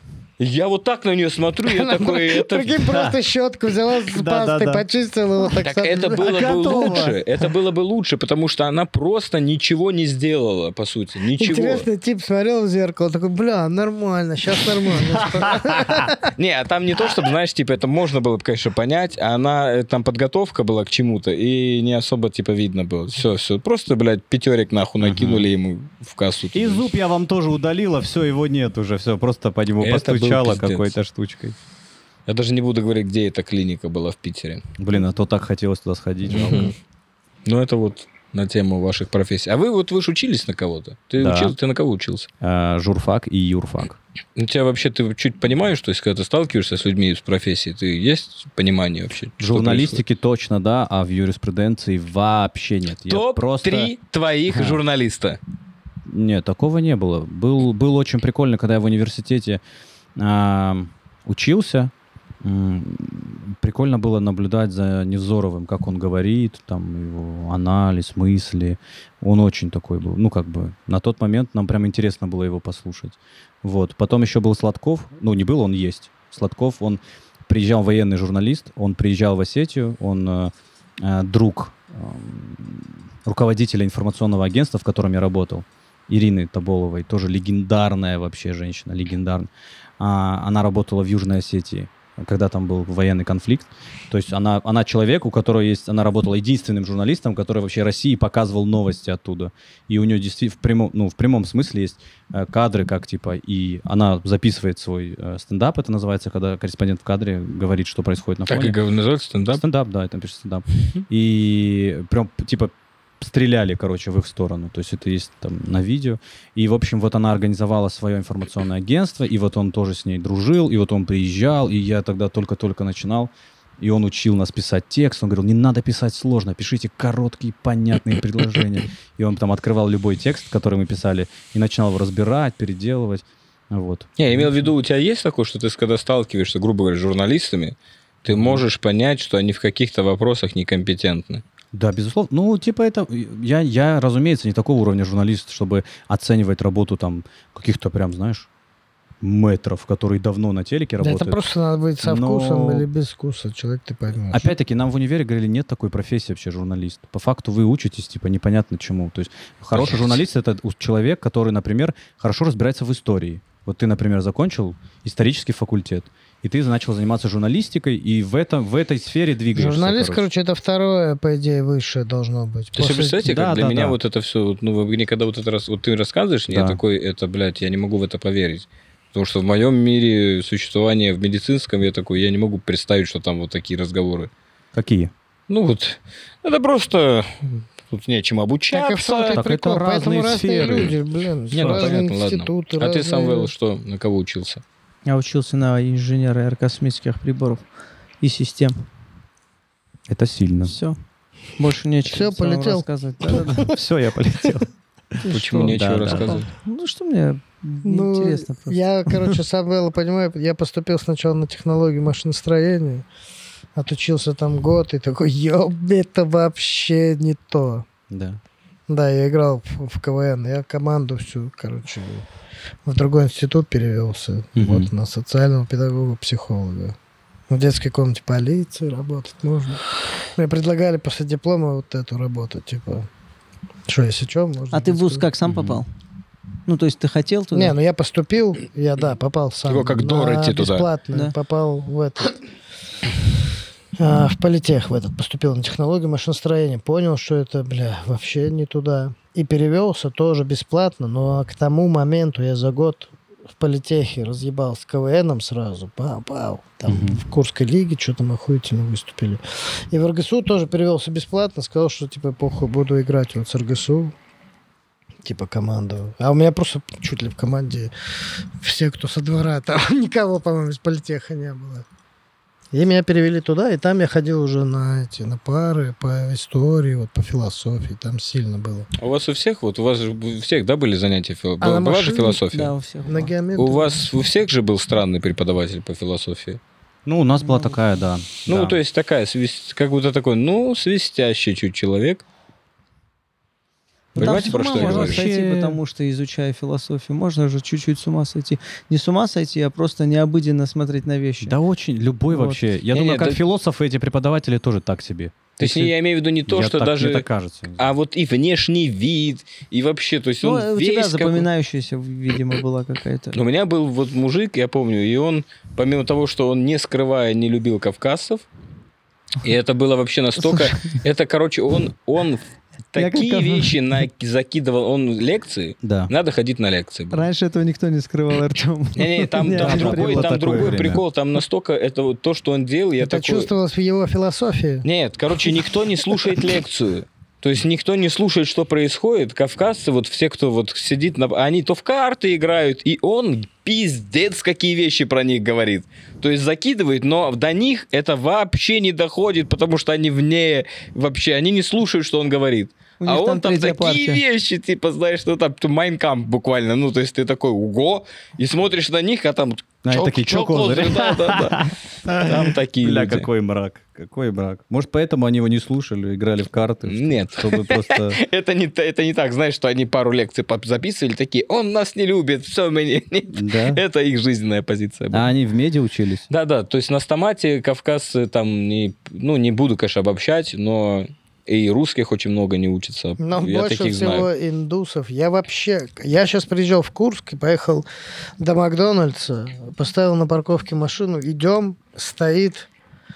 Я вот так на нее смотрю, я такой, это... Прикинь, просто щетку взяла с Да, да, пастой, да. почистила его так. Так сам- это было бы Готово. лучше, это было бы лучше, потому что она просто ничего не сделала, по сути, ничего. Интересный тип смотрел в зеркало, такой, бля, нормально, сейчас нормально. Не, а там не то, чтобы, знаешь, типа, это можно было бы, конечно, понять, а она, э, там подготовка была к чему-то, и не особо, типа, видно было. Все, все, просто, блядь, пятерик нахуй накинули ему в кассу. И зуб я вам тоже удалила, все, его нет уже, все, просто по нему Это был постучала пиздец. какой-то штучкой. Я даже не буду говорить, где эта клиника была в Питере. Блин, а то так хотелось туда сходить, жалко. Ну, это вот на тему ваших профессий. А вы вот, вы же учились на кого-то? Ты, Да. учил, ты на кого учился? А, Журфак и юрфак. У тебя вообще, ты чуть понимаешь, то есть, когда ты сталкиваешься с людьми из профессии, ты есть понимание вообще? В что журналистике точно, да, а в юриспруденции вообще нет. Я происходит? просто... Топ-три твоих Ага. журналиста. Нет, такого не было. Был, был очень прикольно, когда я в университете а, учился. М, Прикольно было наблюдать за Невзоровым, как он говорит, там его анализ, мысли. Он очень такой был. Ну, как бы, на тот момент нам прям интересно было его послушать. Вот. Потом еще был Сладков. Ну, не был, он есть. Сладков, он приезжал, военный журналист, он приезжал в Осетию, он э, э, друг э, руководителя информационного агентства, в котором я работал, Ирины Тоболовой, тоже легендарная вообще женщина, легендарная. А, она работала в Южной Осетии, когда там был военный конфликт. То есть она, она человек, у которого есть... Она работала единственным журналистом, который вообще России показывал новости оттуда. И у нее действительно в прямом, ну, в прямом смысле есть э, кадры, как типа... И она записывает свой э, стендап, это называется, когда корреспондент в кадре говорит, что происходит на Так фоне. и говорю, называется стендап? Стендап, да, это пишет стендап. И прям, типа, стреляли, короче, в их сторону. То есть это есть там на видео. И, в общем, вот она организовала свое информационное агентство, и вот он тоже с ней дружил, и вот он приезжал, и я тогда только-только начинал, и он учил нас писать текст. Он говорил, не надо писать сложно, пишите короткие, понятные предложения. И он там открывал любой текст, который мы писали, и начинал его разбирать, переделывать. Вот. Не, я имел в виду, у тебя есть такое, что ты, когда сталкиваешься, грубо говоря, с журналистами, ты можешь понять, что они в каких-то вопросах некомпетентны. Да, безусловно. Ну, типа это... Я, я, разумеется, не такого уровня журналист, чтобы оценивать работу там каких-то прям, знаешь, мэтров, которые давно на телеке Да, работают. это просто надо быть со Но- вкусом или без вкуса. Человек ты поймешь. Опять-таки, нам в универе говорили, нет такой профессии вообще журналист. По факту вы учитесь, типа, непонятно чему. То есть хороший Блядь. журналист — это у- человек, который, например, хорошо разбирается в истории. Вот ты, например, закончил исторический факультет, и ты начал заниматься журналистикой, и в, этом, в этой сфере двигаешься. Журналист, короче. короче, это второе, по идее, высшее должно быть. То есть, вы После- представляете, Да, как для да, меня да. вот это все, вот, ну, вы никогда вот это раз, вот ты рассказываешь, мне Да. такой, это, блядь, я не могу в это поверить. Потому что в моем мире существования в медицинском, я такой, я не могу представить, что там вот такие разговоры. Какие? Ну вот, это просто тут нечем Так и в обучаться. том-то и Так прикол. это Поэтому разные разные сферы. люди, блин, Не, ну разные понятно, ладно. институты. А ты, разные- Самвел, что, на кого учился? Я учился на инженера аэрокосмических приборов и систем. Это сильно. Все. Больше нечего Всё, самому полетел. рассказывать. Да-да-да. Все, я полетел. Ты Почему что? нечего Да, да. рассказывать? Ну, что мне Ну, интересно просто. я, короче, Самвела, понимаю, я поступил сначала на технологию машиностроения, отучился там год, и такой, ёб, это вообще не то. Да. Да, я играл в, в КВН. Я команду всю, короче, в другой институт перевелся. Мгм. Вот, на социального педагога, психолога. В детской комнате полиции работать можно. Мне предлагали после диплома вот эту работу, типа, что, если что, можно. А ты в вуз детскую. как, сам Мгм. попал? Ну, то есть ты хотел туда? Не, ну я поступил, я, да, попал сам. Его как на Дороти туда. бесплатно. Да. Попал в этот... а, в политех в этот. Поступил на технологию машиностроения. Понял, что это, бля, вообще не туда. И перевелся тоже бесплатно, но к тому моменту я за год в политехе разъебал с КВНом сразу. Пау-пау. Там Мгм. в Курской лиге что-то мы охуительно выступили. И в РГСУ тоже перевелся бесплатно. Сказал, что типа похуй, буду играть вот с РГСУ. Типа команду. А у меня просто чуть ли в команде все, кто со двора, там никого, по-моему, из политеха не было. И меня перевели туда, и там я ходил уже на эти на пары по истории, вот по философии, там сильно было. А у вас у всех, вот у вас же у всех, да, были занятия? фил- А на Была же машине? философия? Да, у всех. На было. геометрии. У вас у всех же был странный преподаватель по философии? Ну, у нас была такая, да. Ну, да. то есть такая, свис- как будто такой, ну, свистящий чуть человек. Ну, там Понимаете, с про ума что я можно говорю? сойти, Вообще- потому что, изучая философию, можно же чуть-чуть с ума сойти. Не с ума сойти, а просто необыденно смотреть на вещи. Да очень, любой Вот. вообще. Я Не-не, думаю, как да- философы эти преподаватели тоже так себе. То есть Если- я имею в виду не то, Я что так- даже... Мне так кажется. А вот и внешний вид, и вообще, то есть Ну, он у весь тебя какой- запоминающаяся, видимо, была какая-то. У меня был вот мужик, я помню, и он, помимо того, что он, не скрывая, не любил кавказцев, и это было вообще настолько... Это, короче, он, он Я такие как- вещи на- закидывал, он лекции, Да. надо ходить на лекции. было. Раньше этого никто не скрывал, Артем. Не-не, там, там да, другой, было там такое другой время. прикол, там настолько это вот то, что он делал, я Это такой... чувствовалось в его философии. Нет, короче, никто не слушает лекцию. То есть никто не слушает, что происходит. Кавказцы, вот все, кто вот сидит, на... они то в карты играют, и он пиздец какие вещи про них говорит. То есть закидывает, но до них это вообще не доходит, потому что они вне вообще, они не слушают, что он говорит. У А них он там там третья такие партия. вещи, типа, знаешь, ну там Майнкамп буквально, ну то есть ты такой, уго, и смотришь на них, а там... А, чё- такие, чё чё, козырь? козырь? Да, да, да. Там такие Бля, люди. какой мрак. Какой мрак. Может, поэтому они его не слушали, играли в карты? что- Нет. Чтобы просто... Это не, та- это не так, знаешь, что они пару лекций поп- записывали, такие, он нас не любит, все, мы не... не». Да. Это их жизненная позиция была. А они в меди учились? Да-да, то есть на стомате кавказцы там, не, ну, не буду, конечно, обобщать, но и русских очень много не учатся. Но Я больше таких всего знаю. индусов. Я вообще... Я сейчас приезжал в Курск и поехал до Макдональдса, поставил на парковке машину, идем, стоит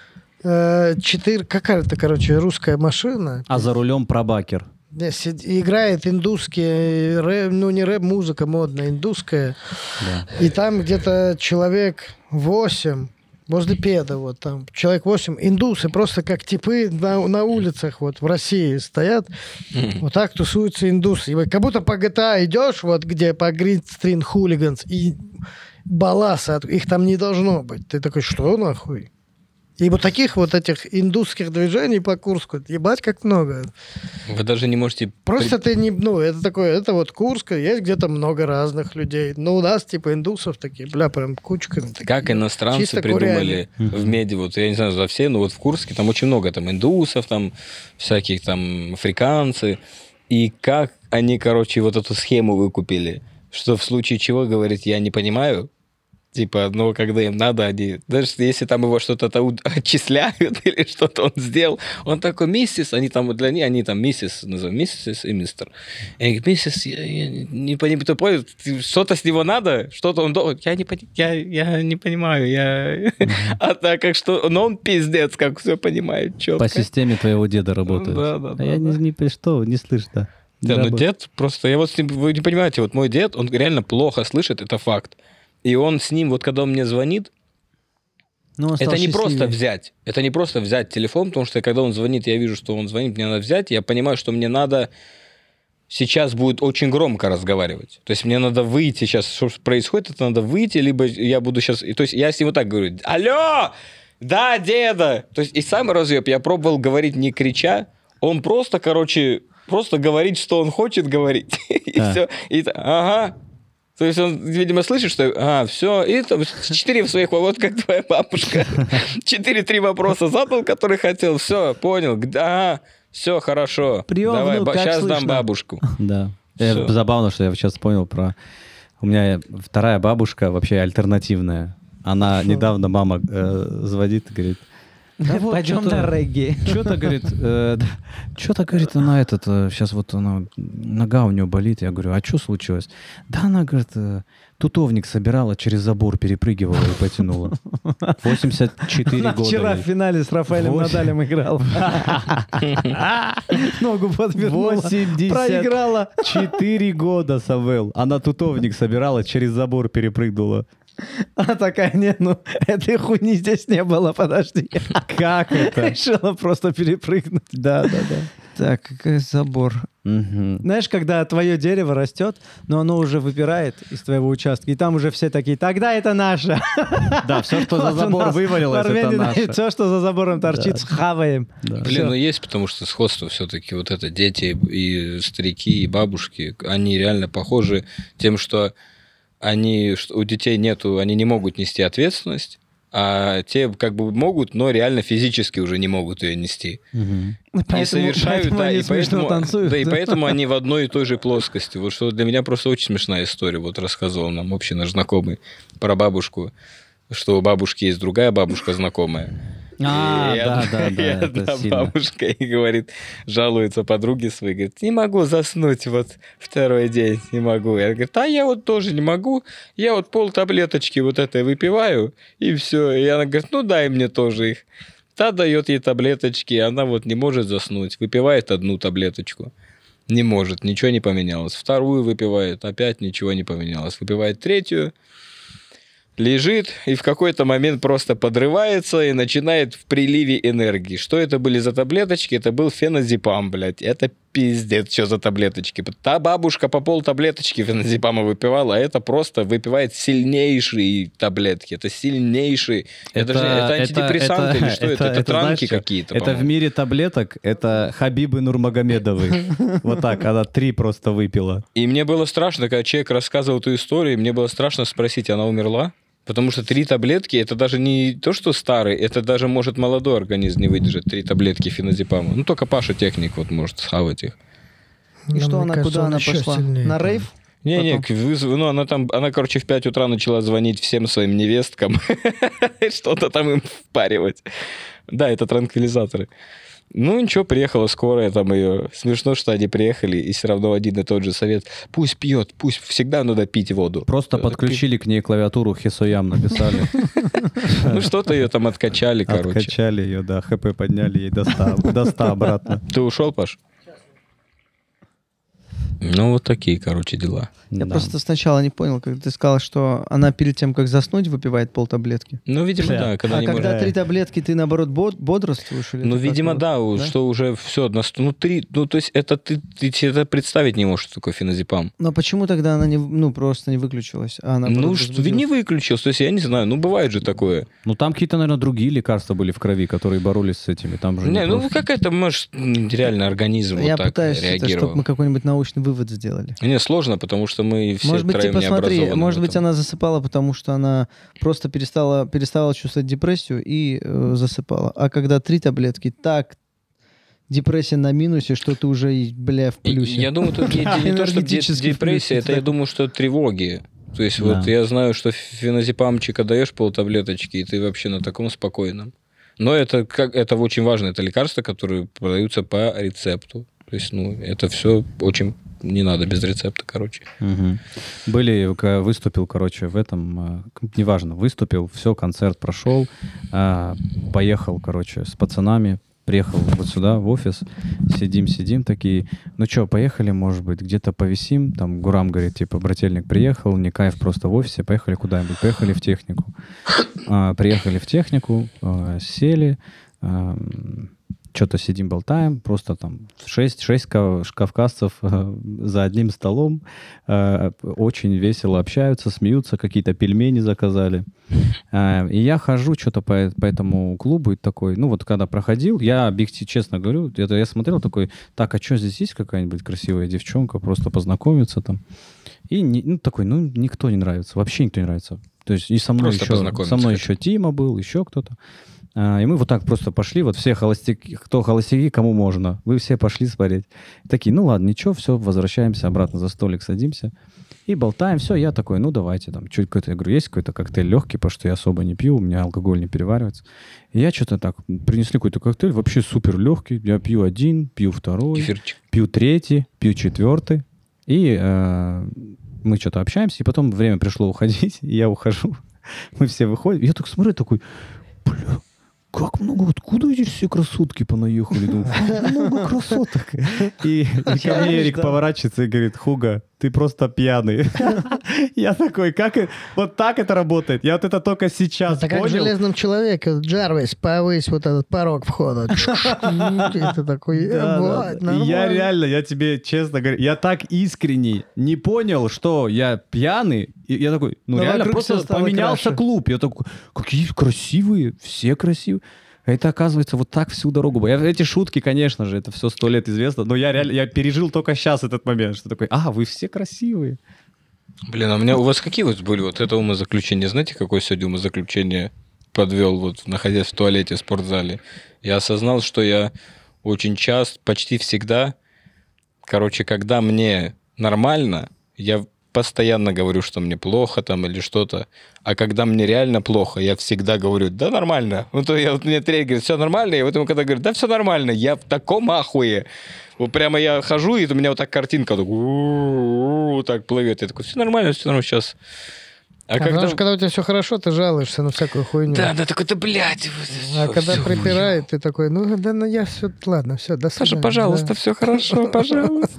э, четыре... Какая-то, короче, русская машина. А за рулем пробакер. Не, сид- играет индусские, рэп, ну не рэп-музыка модная, индусская. Да. И там где-то человек восемь, возле педа, вот там, человек восемь, индусы, просто как типы на, на улицах вот в России стоят, вот так тусуются индусы. И вот как будто по джи ти эй идешь, вот где по Green Street Hooligans, и баласы, от- их там не должно быть. Ты такой, что нахуй? И вот таких вот этих индусских движений по Курску, ебать, как много. Вы даже не можете... Просто ты не... Ну, это такое... Это вот Курск, есть где-то много разных людей. Но у нас, типа, индусов такие, бля, прям кучками. такие. Как иностранцы Чисто придумали курями. в меди, вот я не знаю за все, но вот в Курске там очень много там индусов, там всяких там африканцы, и как они, короче, вот эту схему выкупили, что в случае чего, говорит, я не понимаю, типа, но когда им надо, они... Даже если там его что-то там отчисляют или что-то он сделал, он такой, миссис, они там, для них, они там миссис называют, миссис и мистер. И они говорят, миссис, я, я не понимаю, ты понял, что-то с него надо, что-то он должен... Я не, пони- я, я не понимаю, я... А так как что... Но он пиздец, как все понимает, четко. По системе твоего деда работает. Да, да, А да, я не, да. не по- что, не слышно. Не Да, ну работает. дед просто... Я вот с ним, вы не понимаете, вот мой дед, он реально плохо слышит, это факт. И он с ним, вот когда он мне звонит, Ну, он стал это не просто счастливее. взять. Это не просто взять телефон, потому что когда он звонит, я вижу, что он звонит, мне надо взять, я понимаю, что мне надо сейчас будет очень громко разговаривать. То есть мне надо выйти сейчас, что происходит, это надо выйти, либо я буду сейчас... То есть я с ним вот так говорю, алло, да, деда. То есть и самый разъеб, я пробовал говорить не крича, он просто, короче, просто говорит, что он хочет говорить. И А. все. И та- ага. То есть он, видимо, слышит, что а, все, и там четыре своих, вот как твоя бабушка. Четыре-три вопроса задал, которые хотел, все, понял, ага, Все хорошо. Прием, Давай, внук, как сейчас дам слышно? бабушку. Да. Всё. Э, Забавно, что я сейчас понял про... У меня вторая бабушка вообще альтернативная. Она недавно, мама э, звонит и говорит... Да вот, Пойдем что-то- на регги. Что-то, говорит, э, да, что-то, говорит, она этот, э, сейчас вот она, нога у нее болит. Я говорю, а что случилось? Да она, говорит, э, тутовник собирала, через забор перепрыгивала и потянула. восемьдесят четыре Она года. вчера в ей. финале с Рафаэлем Восемь. Надалем играл. Ногу подвернула. восемьдесят Проиграла. четыре года, Савел. Она тутовник собирала, через забор перепрыгнула. Она такая, нет, ну, этой хуйни здесь не было, подожди. Как это? Решила просто перепрыгнуть. Да, да, да. Так, какой забор. Мгм. Знаешь, когда твое дерево растет, но оно уже выпирает из твоего участка, и там уже все такие, тогда это наше. Да, все, что за забор вывалилось, это наше. Все, что за забором торчит, Да. схаваем. Да. Блин, Всё. ну есть, потому что сходство все-таки вот это дети и старики и бабушки, они реально похожи тем, что они что у детей нету, они не могут нести ответственность, а те как бы могут, но реально физически уже не могут ее нести. Мгм. И совершают, поэтому да, они и смешно поэтому, танцуют. да, и поэтому они в одной и той же плоскости. Вот что для меня просто очень смешная история. Вот рассказывал нам общий наш знакомый про бабушку, что у бабушки есть другая бабушка знакомая. А, И да, одна- да, и да, одна это сильно. бабушка и говорит, жалуется подруге своей, говорит, не могу заснуть вот второй день, не могу. Я говорю, а я вот тоже не могу, я вот пол таблеточки вот этой выпиваю, и все. И она говорит, ну дай мне тоже их. Та дает ей таблеточки, и она вот не может заснуть, выпивает одну таблеточку. Не может, ничего не поменялось. Вторую выпивает, опять ничего не поменялось. Выпивает третью, лежит и в какой-то момент просто подрывается и начинает в приливе энергии. Что это были за таблеточки? Это был феназепам, блядь. Это пиздец, что за таблеточки. Та бабушка по пол таблеточки феназепама выпивала, а это просто выпивает сильнейшие таблетки. Это сильнейшие. Это, же это антидепрессанты или что это? Это, это, транки знаешь, какие-то, Это в по-моему. мире таблеток, это Хабибы Нурмагомедовы. Вот так, она три просто выпила. И мне было страшно, когда человек рассказывал эту историю, мне было страшно спросить, она умерла? Потому что три таблетки, это даже не то, что старый, это даже может молодой организм не выдержать, три таблетки феназепама. Ну, только Паша Техник вот может схавать их. И Да, что мне она, кажется, куда он она еще пошла? сильнее, На по-моему. рейв? Не-не, Потом. к вызову- ну, она там, она, короче, в пять утра начала звонить всем своим невесткам, что-то там им впаривать. Да, это транквилизаторы. Ну, ничего, приехала скорая, там ее... Смешно, что они приехали, и все равно один и тот же совет. Пусть пьет, пусть всегда надо пить воду. Просто подключили к ней клавиатуру Хесоям, написали. Ну, что-то ее там откачали, короче. Откачали ее, да, ХП подняли ей до ста, до ста обратно. Ты ушел, Паш? Ну, вот такие, короче, дела. Я Да. просто сначала не понял, когда ты сказал, что она перед тем, как заснуть, выпивает полтаблетки. Ну, видимо, Бля. да, когда А не когда может... три таблетки, ты, наоборот, bod- бодрствуешь? Или Ну, ты как видимо, вот? да, у- Да? что уже все, ну, три, ну, то есть это ты, ты себе это представить не можешь, что такое феназепам. Но почему тогда она не, ну, просто не выключилась? А она Ну, что, не выключился, то есть я не знаю, ну, бывает же такое. Ну, там какие-то, наверное, другие лекарства были в крови, которые боролись с этими. Там же Не, не ну, просто- как это, может, м, реально организм Я вот так пытаюсь, это, реагировал. чтобы мы какой-нибудь научный вывод сделали. Не, сложно, потому что мы все Может быть, ты троем не посмотри, образованы может в быть, этом. она засыпала, потому что она просто перестала, перестала чувствовать депрессию и э, засыпала. А когда три таблетки, так депрессия на минусе, что ты уже, и, бля, в И- плюсе. Я думаю, тут не, не то, что Энергетический депрессия, плюс, это, я да. думаю, что тревоги. То есть Да. вот я знаю, что феназепамчика даешь полтаблеточки, и ты вообще на таком спокойном. Но это, как, это очень важно, это лекарства, которые продаются по рецепту. То есть, ну, это все очень не надо без рецепта, короче. Мгм. Были, к- выступил, короче, в этом, а, к- неважно, выступил, все, концерт прошел, а, поехал, короче, с пацанами, приехал вот сюда, в офис, сидим-сидим такие, ну что, поехали, может быть, где-то повисим, там Гурам говорит, типа, брательник приехал, не кайф просто в офисе, поехали куда-нибудь, поехали в технику. А, приехали в технику, а, сели, что-то сидим, болтаем, просто там шесть, шесть кав- кавказцев э, за одним столом, э, очень весело общаются, смеются, какие-то пельмени заказали. Э, и я хожу что-то по, по этому клубу и такой, ну вот когда проходил, я объективно, честно говорю, это я смотрел такой, так, а что здесь есть какая-нибудь красивая девчонка, просто познакомиться там. И не- ну, такой, ну никто не нравится, вообще никто не нравится. То есть и со мной Просто еще, познакомиться со мной хотя еще Тима был, еще кто-то. А, и мы вот так просто пошли, вот все холостяки, кто холостяки, кому можно. Вы все пошли смотреть. Такие, ну ладно, ничего, все, возвращаемся обратно за столик, садимся. И болтаем, все, я такой, ну давайте там, чуть какой-то, я говорю, есть какой-то коктейль легкий, потому что я особо не пью, у меня алкоголь не переваривается. И я что-то так, принесли какой-то коктейль, вообще супер легкий, я пью один, пью второй, Кефирчик. пью третий, пью четвертый. И э, мы что-то общаемся, и потом время пришло уходить, и я ухожу, мы все выходим, и я так смотрю, такой, бля, как много, откуда эти все красотки понаехали? Думаю, как много красоток. И, и ко мне Эрик поворачивается и говорит, Хуга, ты просто пьяный. Я такой, как и- вот так это работает? Я вот это только сейчас Это как в понял. «Железном человеке». Джарвис, повысь вот этот порог входа. Это такой, Да, э, да, вот, да. И я нормально. реально, я тебе честно говорю, я так искренне не понял, что я пьяный. И я такой, ну Но реально, вокруг просто всё стало поменялся краше. клуб. Я такой, какие красивые, все красивые. А это, оказывается, вот так всю дорогу было. Я- Эти шутки, конечно же, это все сто лет известно, но я реально, я пережил только сейчас этот момент, что такой, а, вы все красивые. Блин, а у меня у вас какие вот были вот это умозаключение? Знаете, какое сегодня умозаключение подвел, вот находясь в туалете в спортзале? Я осознал, что я очень часто, почти всегда, короче, когда мне нормально, я постоянно говорю, что мне плохо там или что-то, а когда мне реально плохо, я всегда говорю, да нормально. Ну, то я, вот мне тренер говорит, все нормально, и вот ему когда говорю, да все нормально, я в таком ахуе. Вот прямо я хожу, и у меня вот так картинка так, у-у-у, так плывет. Я такой, все нормально, все нормально сейчас. А А когда... потому что когда у тебя все хорошо, ты жалуешься на всякую хуйню. Да, да, такой, да, блядь. А всё, когда всё, припирает, ты такой, ну да, ну я все, ладно, все, до Саша, свидания. пожалуйста, Да. все хорошо, пожалуйста.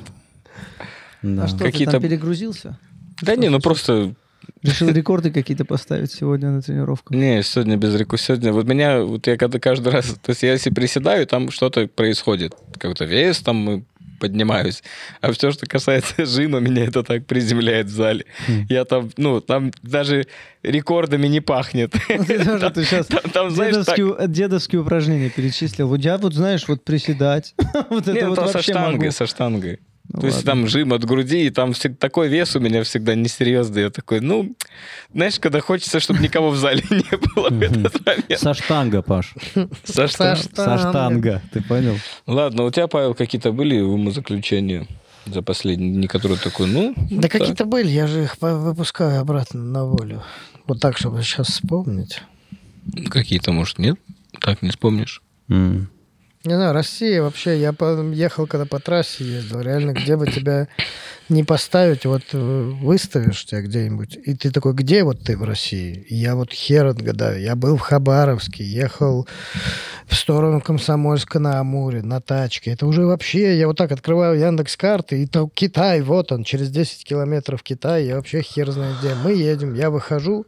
Да. А что, ты Какие-то- там перегрузился? Да не, ну просто... Решил рекорды какие-то поставить сегодня на тренировку? Не, сегодня без реку. Сегодня вот меня, вот я когда каждый раз... То есть я если приседаю, там что-то происходит. Какой-то вес там мы поднимаюсь. А все, что касается жима, меня это так приземляет в зале. Я там, ну, там даже рекордами не пахнет. Даже ты сейчас Там, там, знаешь, так... дедовские, дедовские упражнения перечислил. Вот я вот, знаешь, вот приседать. Вот Не, это ну, вот там со вообще штангой, могу. со штангой. Ну То есть ладно. там жим от груди, и там всег- такой вес у меня всегда несерьезный. Я такой, ну, знаешь, когда хочется, чтобы никого в зале не было в этот момент. Со штанга, Паш. Со штангой. Со штанга, ты понял? Ладно, у тебя, Павел, какие-то были умозаключения за последние дни, которые такой, ну... Да так. какие-то были, я же их по- выпускаю обратно на волю. Вот так, чтобы сейчас вспомнить. Ну, какие-то, может, нет? Так не вспомнишь. М. Не знаю, Россия вообще, я по- ехал, когда по трассе ездил, реально, где бы тебя не поставить, вот э, выставишь тебя где-нибудь, и ты такой, где вот ты в России? И я вот хер отгадаю. Я был в Хабаровске, ехал в сторону Комсомольска на Амуре, на тачке. Это уже вообще, я вот так открываю Яндекс.Карты, и то Китай, вот он, через десять километров Китай, я вообще хер знает где. Мы едем, я выхожу,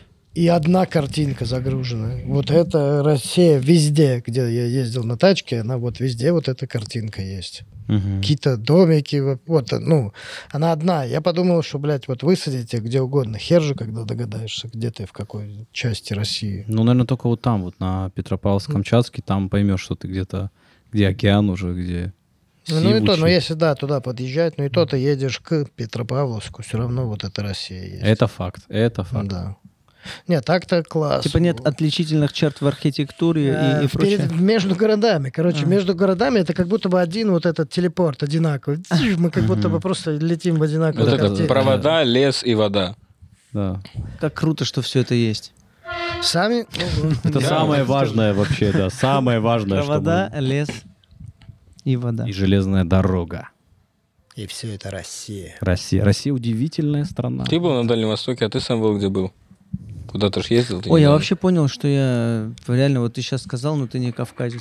и одна картинка загружена. Вот это Россия везде, где я ездил на тачке, она вот везде вот эта картинка есть. Мгм. Какие-то домики, вот, вот, ну, она одна. Я подумал, что, блядь, вот высадите где угодно. Хер же, когда догадаешься, где ты, в какой части России. Ну, наверное, только вот там, вот на Петропавловск-Камчатский, там поймешь, что ты где-то, где океан уже, где Ну, ну и то, но сивучий. если, да, туда подъезжать, ну и то ты едешь к Петропавловску, все равно вот это Россия есть. Это факт, это факт. Да. Нет, так-то класс. Типа нет отличительных черт в архитектуре Э, и, и вперед- прочее. между городами. Короче, А. между городами это как будто бы один вот этот телепорт одинаковый. Тиш, Мы как будто бы просто летим в одинаковой Вот это картине. провода, лес и вода. Да. Как круто, что все это есть. Сами... Это Да, самое вот важное вообще, да. Самое важное, что Провода, мы- лес и вода. И железная дорога. И все это Россия. Россия. Россия удивительная страна. Ты был на Дальнем Востоке, а ты сам был где был? Куда ты ж ездил? Ты Ой, я недавно? вообще понял, что я реально, вот ты сейчас сказал, но ты не кавказец.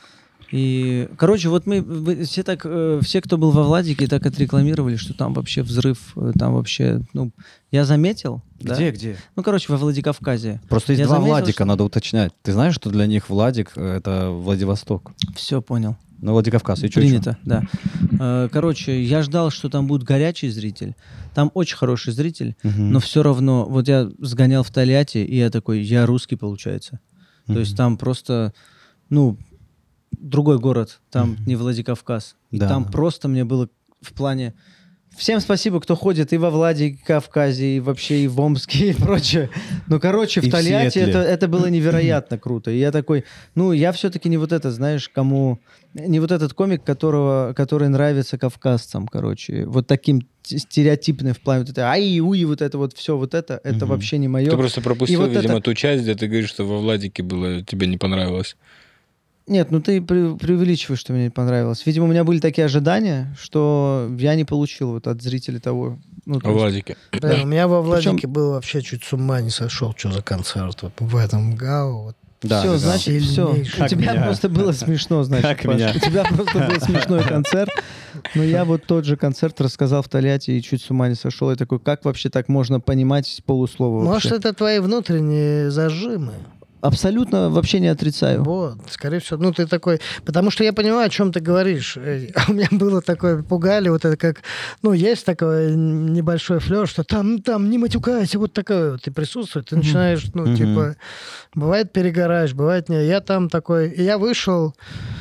И, короче, вот мы вы- все так, э, все, кто был во Владике, так отрекламировали, что там вообще взрыв, э, там вообще, ну, я заметил, да? Где, где? Ну, короче, во Владикавказе. Просто есть Я два заметил, Владика, что- надо уточнять. Ты знаешь, что для них Владик э, — это Владивосток? Все понял. Ну, Владикавказ. И чё, Принято, да. Э, Короче, я ждал, что там будет горячий зритель. Там очень хороший зритель, чё? Мгм. но все равно, вот я сгонял в Тольятти, и я такой, я русский, получается. То Мгм. есть там просто, ну, другой город, там Мгм. не Владикавказ. И Да. там просто мне было в плане Всем спасибо, кто ходит и во Владикавказе, и вообще и в Омске, и прочее. Ну, короче, в И в Тольятти Сиэтле. это, это было невероятно круто. И я такой, ну, я все-таки не вот это, знаешь, кому... Не вот этот комик, которого, который нравится кавказцам, короче. Вот таким т- стереотипным в плане вот это ай-уи, вот это вот все, вот это, это Мгм. вообще не мое. Ты просто пропустил, вот видимо, это- ту часть, где ты говоришь, что во Владике было, тебе не понравилось. Нет, ну ты пре- преувеличиваешь, что мне не понравилось. Видимо, у меня были такие ожидания, что я не получил вот от зрителей того. Ну, то Во есть- Владике. Блин, у меня во Причем- Владике был вообще чуть с ума не сошел, что за концерт вот в этом ГАУ. Вот. Да, все, да. значит, все. Сильнейший. У тебя меня. просто было смешно, значит, Как Паш. меня. У тебя просто был смешной концерт. Но я вот тот же концерт рассказал в Тольятти и чуть с ума не сошел. Я такой, как вообще так можно понимать с полуслова? Может, вообще? это твои внутренние зажимы? Абсолютно вообще не отрицаю. Вот, скорее всего. Ну, ты такой... Потому что я понимаю, о чем ты говоришь. Э, У меня было такое, пугали, вот это как... Ну, есть такой небольшой флер, что там, там, не матюкайся, вот такое вот. Ты присутствуешь, ты начинаешь, ну, Мгм. типа... Бывает, перегораешь, бывает, не. Я там такой... И я вышел...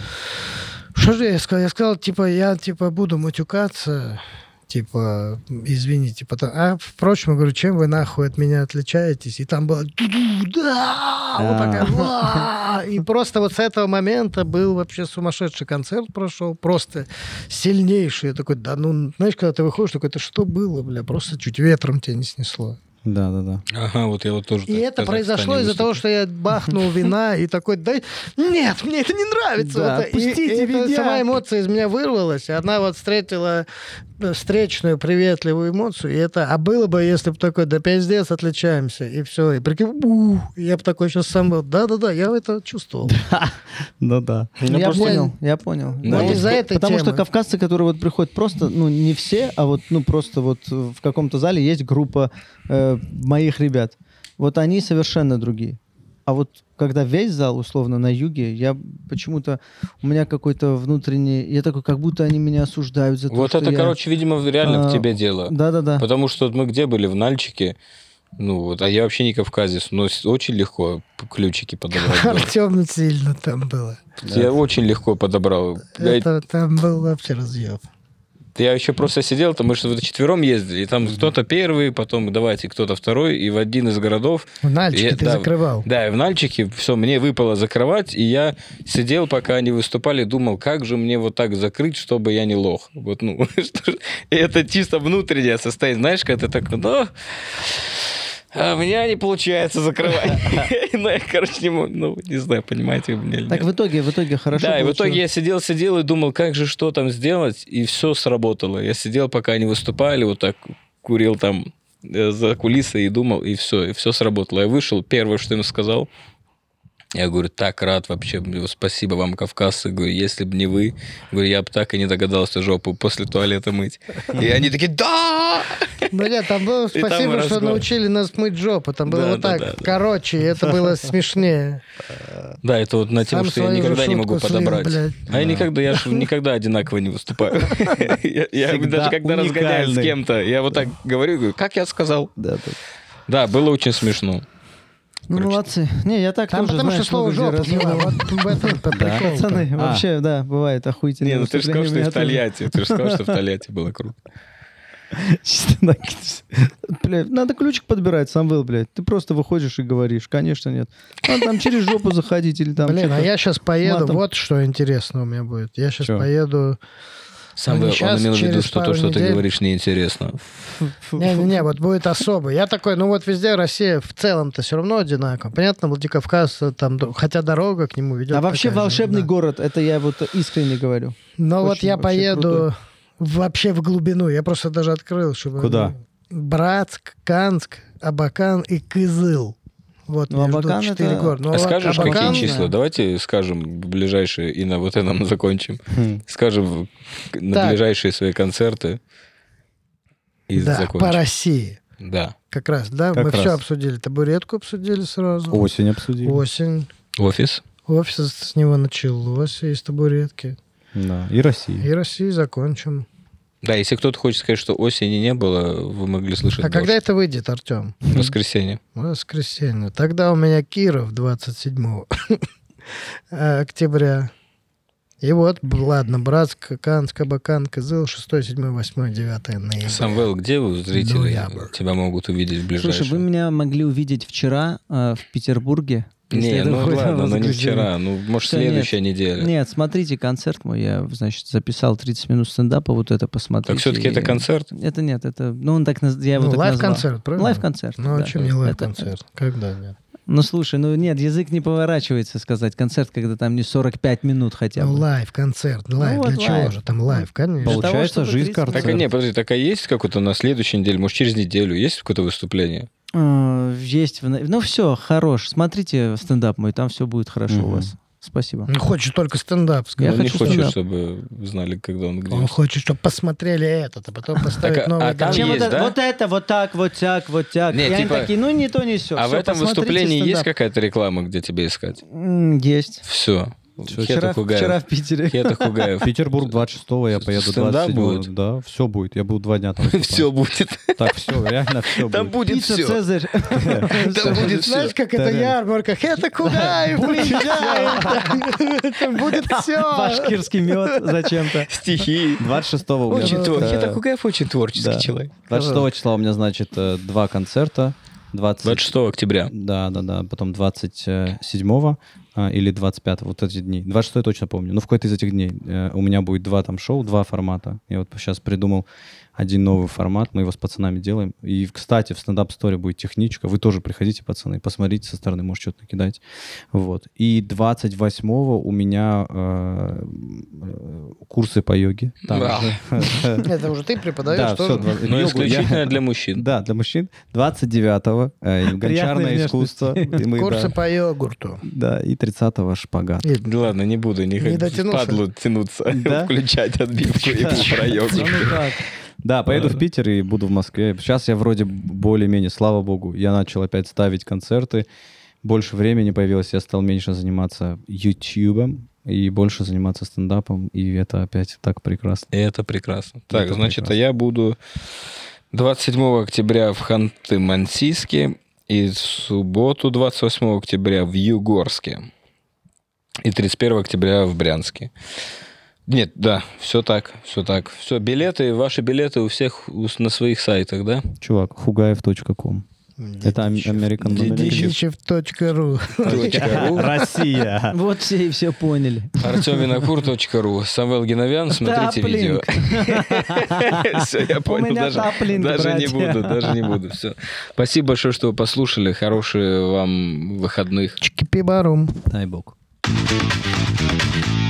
Что же я сказал? Я сказал, типа, я, типа, буду матюкаться... Типа, извините, потом... А, впрочем, я говорю, чем вы нахуй от меня отличаетесь? И там было... Да! Вот такая... «Ва!» И просто вот с этого момента был вообще сумасшедший концерт прошел. Просто сильнейший. Я такой, да ну... Знаешь, когда ты выходишь, такой, это что было, бля? Просто чуть ветром тебя не снесло. Да, да, да. Ага, вот я вот тоже... И так в это Казахстане произошло из-за того, выступил. что я бахнул вина и такой, да нет, мне это не нравится. Да, Вот это- и- отпустите и это меня. сама эмоция из меня вырвалась, и она вот встретила э, встречную приветливую эмоцию, и это, а было бы, если бы такой, да пиздец, отличаемся, и все, и прикинь, ух, и я бы такой сейчас сам был, да-да-да, я это чувствовал. Ну да. Ну, Ну, я просто- понял, я понял. Ну, Да, вот из-за этой Потому темы. что кавказцы, которые вот приходят просто, ну, не все, а вот, ну, просто вот в каком-то зале есть группа э, моих ребят. Вот они совершенно другие. А вот когда весь зал, условно, на юге, я почему-то, у меня какой-то внутренний, я такой, как будто они меня осуждают за то, Вот что это, я... короче, видимо, реально в а, тебе дело. Да-да-да. Потому что вот мы где были? В Нальчике. Ну вот, а я вообще не кавказец, но с- очень легко ключики подобрать. было. Артем сильно там было. Я очень легко подобрал. Блядь, Это там был вообще разъеб. я еще просто сидел, там мы что вот четвером ездили, и там кто-то первый, потом давайте кто-то второй, и в один из городов. В Нальчике Я- ты да, закрывал. Да, и в Нальчике все, мне выпало закрывать, и я сидел, пока они выступали, думал, как же мне вот так закрыть, чтобы я не лох. Вот, ну, что ж- и это чисто внутреннее состояние. Знаешь, когда ты так, ну, а у меня не получается закрывать. Ну, я, короче, не могу, ну, не знаю, понимаете вы меня или Так нет. в итоге, в итоге хорошо Да, и в получилось. итоге я сидел, сидел и думал, как же что там сделать, и все сработало. Я сидел, пока они выступали, вот так курил там э, за кулисой и думал, и все, и все сработало. Я вышел, первое, что им сказал, я говорю, так рад вообще, говорю, спасибо вам, кавказцы, говорю, если бы не вы, говорю, я бы так и не догадался жопу после туалета мыть. И они такие, да! Ну нет, там было И там спасибо, что разгон. научили нас мыть жопу. Там было Да, вот да, так. да, да. Короче, это было смешнее. Да, это вот на тему, Сам что я свою никогда не шутку могу слил, подобрать. блядь. А я никогда, я ж никогда одинаково не выступаю. Я я Всегда даже когда разгоняюсь с уникальный. кем-то, я вот так говорю, говорю, как я сказал? Да, да. Да, было очень смешно. Ну, Короче. молодцы. Не, я так Там тоже, потому что знаешь, слово много где жопа. развивал. Вот в этом прикол. Пацаны, А. вообще, да, бывает охуительно. Не, ну ты же сказал, что и в Тольятти. Ты же сказал, что в Тольятти было круто. Бля, надо ключик подбирать, Самвел, блядь. Ты просто выходишь и говоришь. Конечно, нет. Надо там через жопу заходить или там... Блин, а что-то. я сейчас поеду, матом. вот что интересно у меня будет. Я сейчас Чё? поеду... Сам не он щас, имел в виду, через что то, пару что ты недель. говоришь, неинтересно. Не-не-не, вот будет особо. Я такой, ну вот везде Россия в целом-то все равно одинаково. Понятно, Владикавказ, там, до- хотя дорога к нему ведет. А вообще такая же, волшебный да. город, это я вот искренне говорю. Но вот очень я вообще поеду крутой. вообще в глубину. Я просто даже открыл, чтобы... Куда? Братск, Канск, Абакан и Кызыл. Вот Ну, между Абакан четыре это- города. Ну, А вот скажешь, Абакан, какие числа? да. Давайте скажем ближайшие, и на вот этом закончим. Хм. Скажем на Так. ближайшие свои концерты и Да, закончим. по России. Да. Как раз, да? Как Мы раз. все обсудили. Табуретку обсудили сразу. Осень обсудили. Осень. Офис. Офис с него началось из табуретки. Да. И Россия. И Россию закончим. Да, если кто-то хочет сказать, что осени не было, вы могли слышать А когда дождь. это выйдет, Артем? Воскресенье. Воскресенье. Тогда у меня Киров двадцать седьмого октября. И вот, ладно, Братск, Канск, Кабакан, Кызыл, шестое, седьмое, восьмое, девятое ноября. Самвел, где вы, зрители, Ноябрь. тебя могут увидеть в ближайшее? Слушай, вы меня могли увидеть вчера э, в Петербурге. если Не, это ну выходит ладно, на но не воскресенье. вчера. Ну, может, Всё, нет. следующая неделя. Нет, смотрите концерт мой. Я, значит, записал тридцать минут стендапа, вот это посмотрите. Так все-таки это И- концерт? Это нет, это... Ну, он так... наз- Я его Ну, так назвал. лайв-концерт, правильно? Лайв-концерт. Ну, а да. чем не Это- лайв-концерт? Когда нет? Ну, слушай, ну нет, язык не поворачивается сказать концерт, когда там не сорок пять минут хотя бы. Ну, лайв-концерт. Лайв. вот Для чего лайв. же? Там лайв, конечно. Для того, Получается, чтобы жизнь тридцать концерт. Так, а не, подожди, так а есть какое-то на следующей неделе, может, через неделю есть какое-то выступление? Э, Есть... в на- Ну, все, хорош. Смотрите стендап мой, там все будет хорошо у Мгм. вас. Спасибо. Он хочет только стендап Я сказать. Он не хочу хочет, стендап. чтобы знали, когда он где. Он хочет, чтобы посмотрели этот, а потом поставить Так, а- новый а там канал. Чем есть, вот, это, да? вот это, вот так, вот так, вот так. Не, И они типа- такие, ну не то, не все. А в этом выступлении есть какая-то реклама, где тебе искать? Есть. Все. Вчера, вчера в Питере. Хета Хугаев. Петербург двадцать шестого, я поеду Стендап двадцать седьмого. будет? Да, все будет. Я буду два дня там выступать. Все будет. Так, все, реально все Там будет. будет Пицца все. Цезарь. Там будет Знаешь, все. как это Да-да. ярмарка? Это Кугаев приезжает! Там будет все! Башкирский мед зачем-то. Стихи. двадцать шестого у меня... Очень твор- э, Хета Хугаев очень творческий да. человек. двадцать шестого числа у меня, значит, э, два концерта. двадцать... двадцать шестого октября. Да, да, да. Потом двадцать седьмого а, или двадцать пятого, вот эти дни. двадцать шестого точно помню. Ну, в какой-то из этих дней э, у меня будет два там шоу, два формата. Я вот сейчас придумал один новый формат, мы его с пацанами делаем. И, кстати, в стендап-сторе будет техничка. Вы тоже приходите, пацаны, посмотрите со стороны, может, что-то накидать. Вот. И двадцать восьмого у меня э, э, курсы по йоге. Там Да. же. Это уже ты преподаешь Да, тоже? все. два- Но йогу я- исключительно для мужчин. Да, для мужчин. двадцать девятого э, гончарное внешности. искусство. И мы, Курсы да, по йогурту. да, и тридцатого шпагат. И Да ладно, не буду, не, Не не дотянулся? падлу тянуться, Да? включать отбивку и про йогу. Ну ну как? Да, поеду в Питер и буду в Москве. Сейчас я вроде более-менее, слава богу, я начал опять ставить концерты. Больше времени появилось, я стал меньше заниматься ютубом и больше заниматься стендапом. И это опять так прекрасно. Это прекрасно. Так, Это значит, прекрасно. а я буду двадцать седьмого октября в Ханты-Мансийске и в субботу двадцать восьмого октября в Югорске и тридцать первого октября в Брянске. Нет, да, все так, все так. Все, билеты, ваши билеты у всех у- на своих сайтах, да? Чувак, хугаев точка ком. Это ам- American Дедищев. Monolith. Дедищев точка ру. .ру. Россия. Вот все и все поняли. артемвинокур точка ру. Самвел Геновян, смотрите видео. Таплинг. Все, я понял. меня Даже, таплинг, даже не братья. буду, даже не буду. Все. Спасибо большое, что вы послушали. Хороших вам выходных. Чики-пи-барум. Дай бог. Thank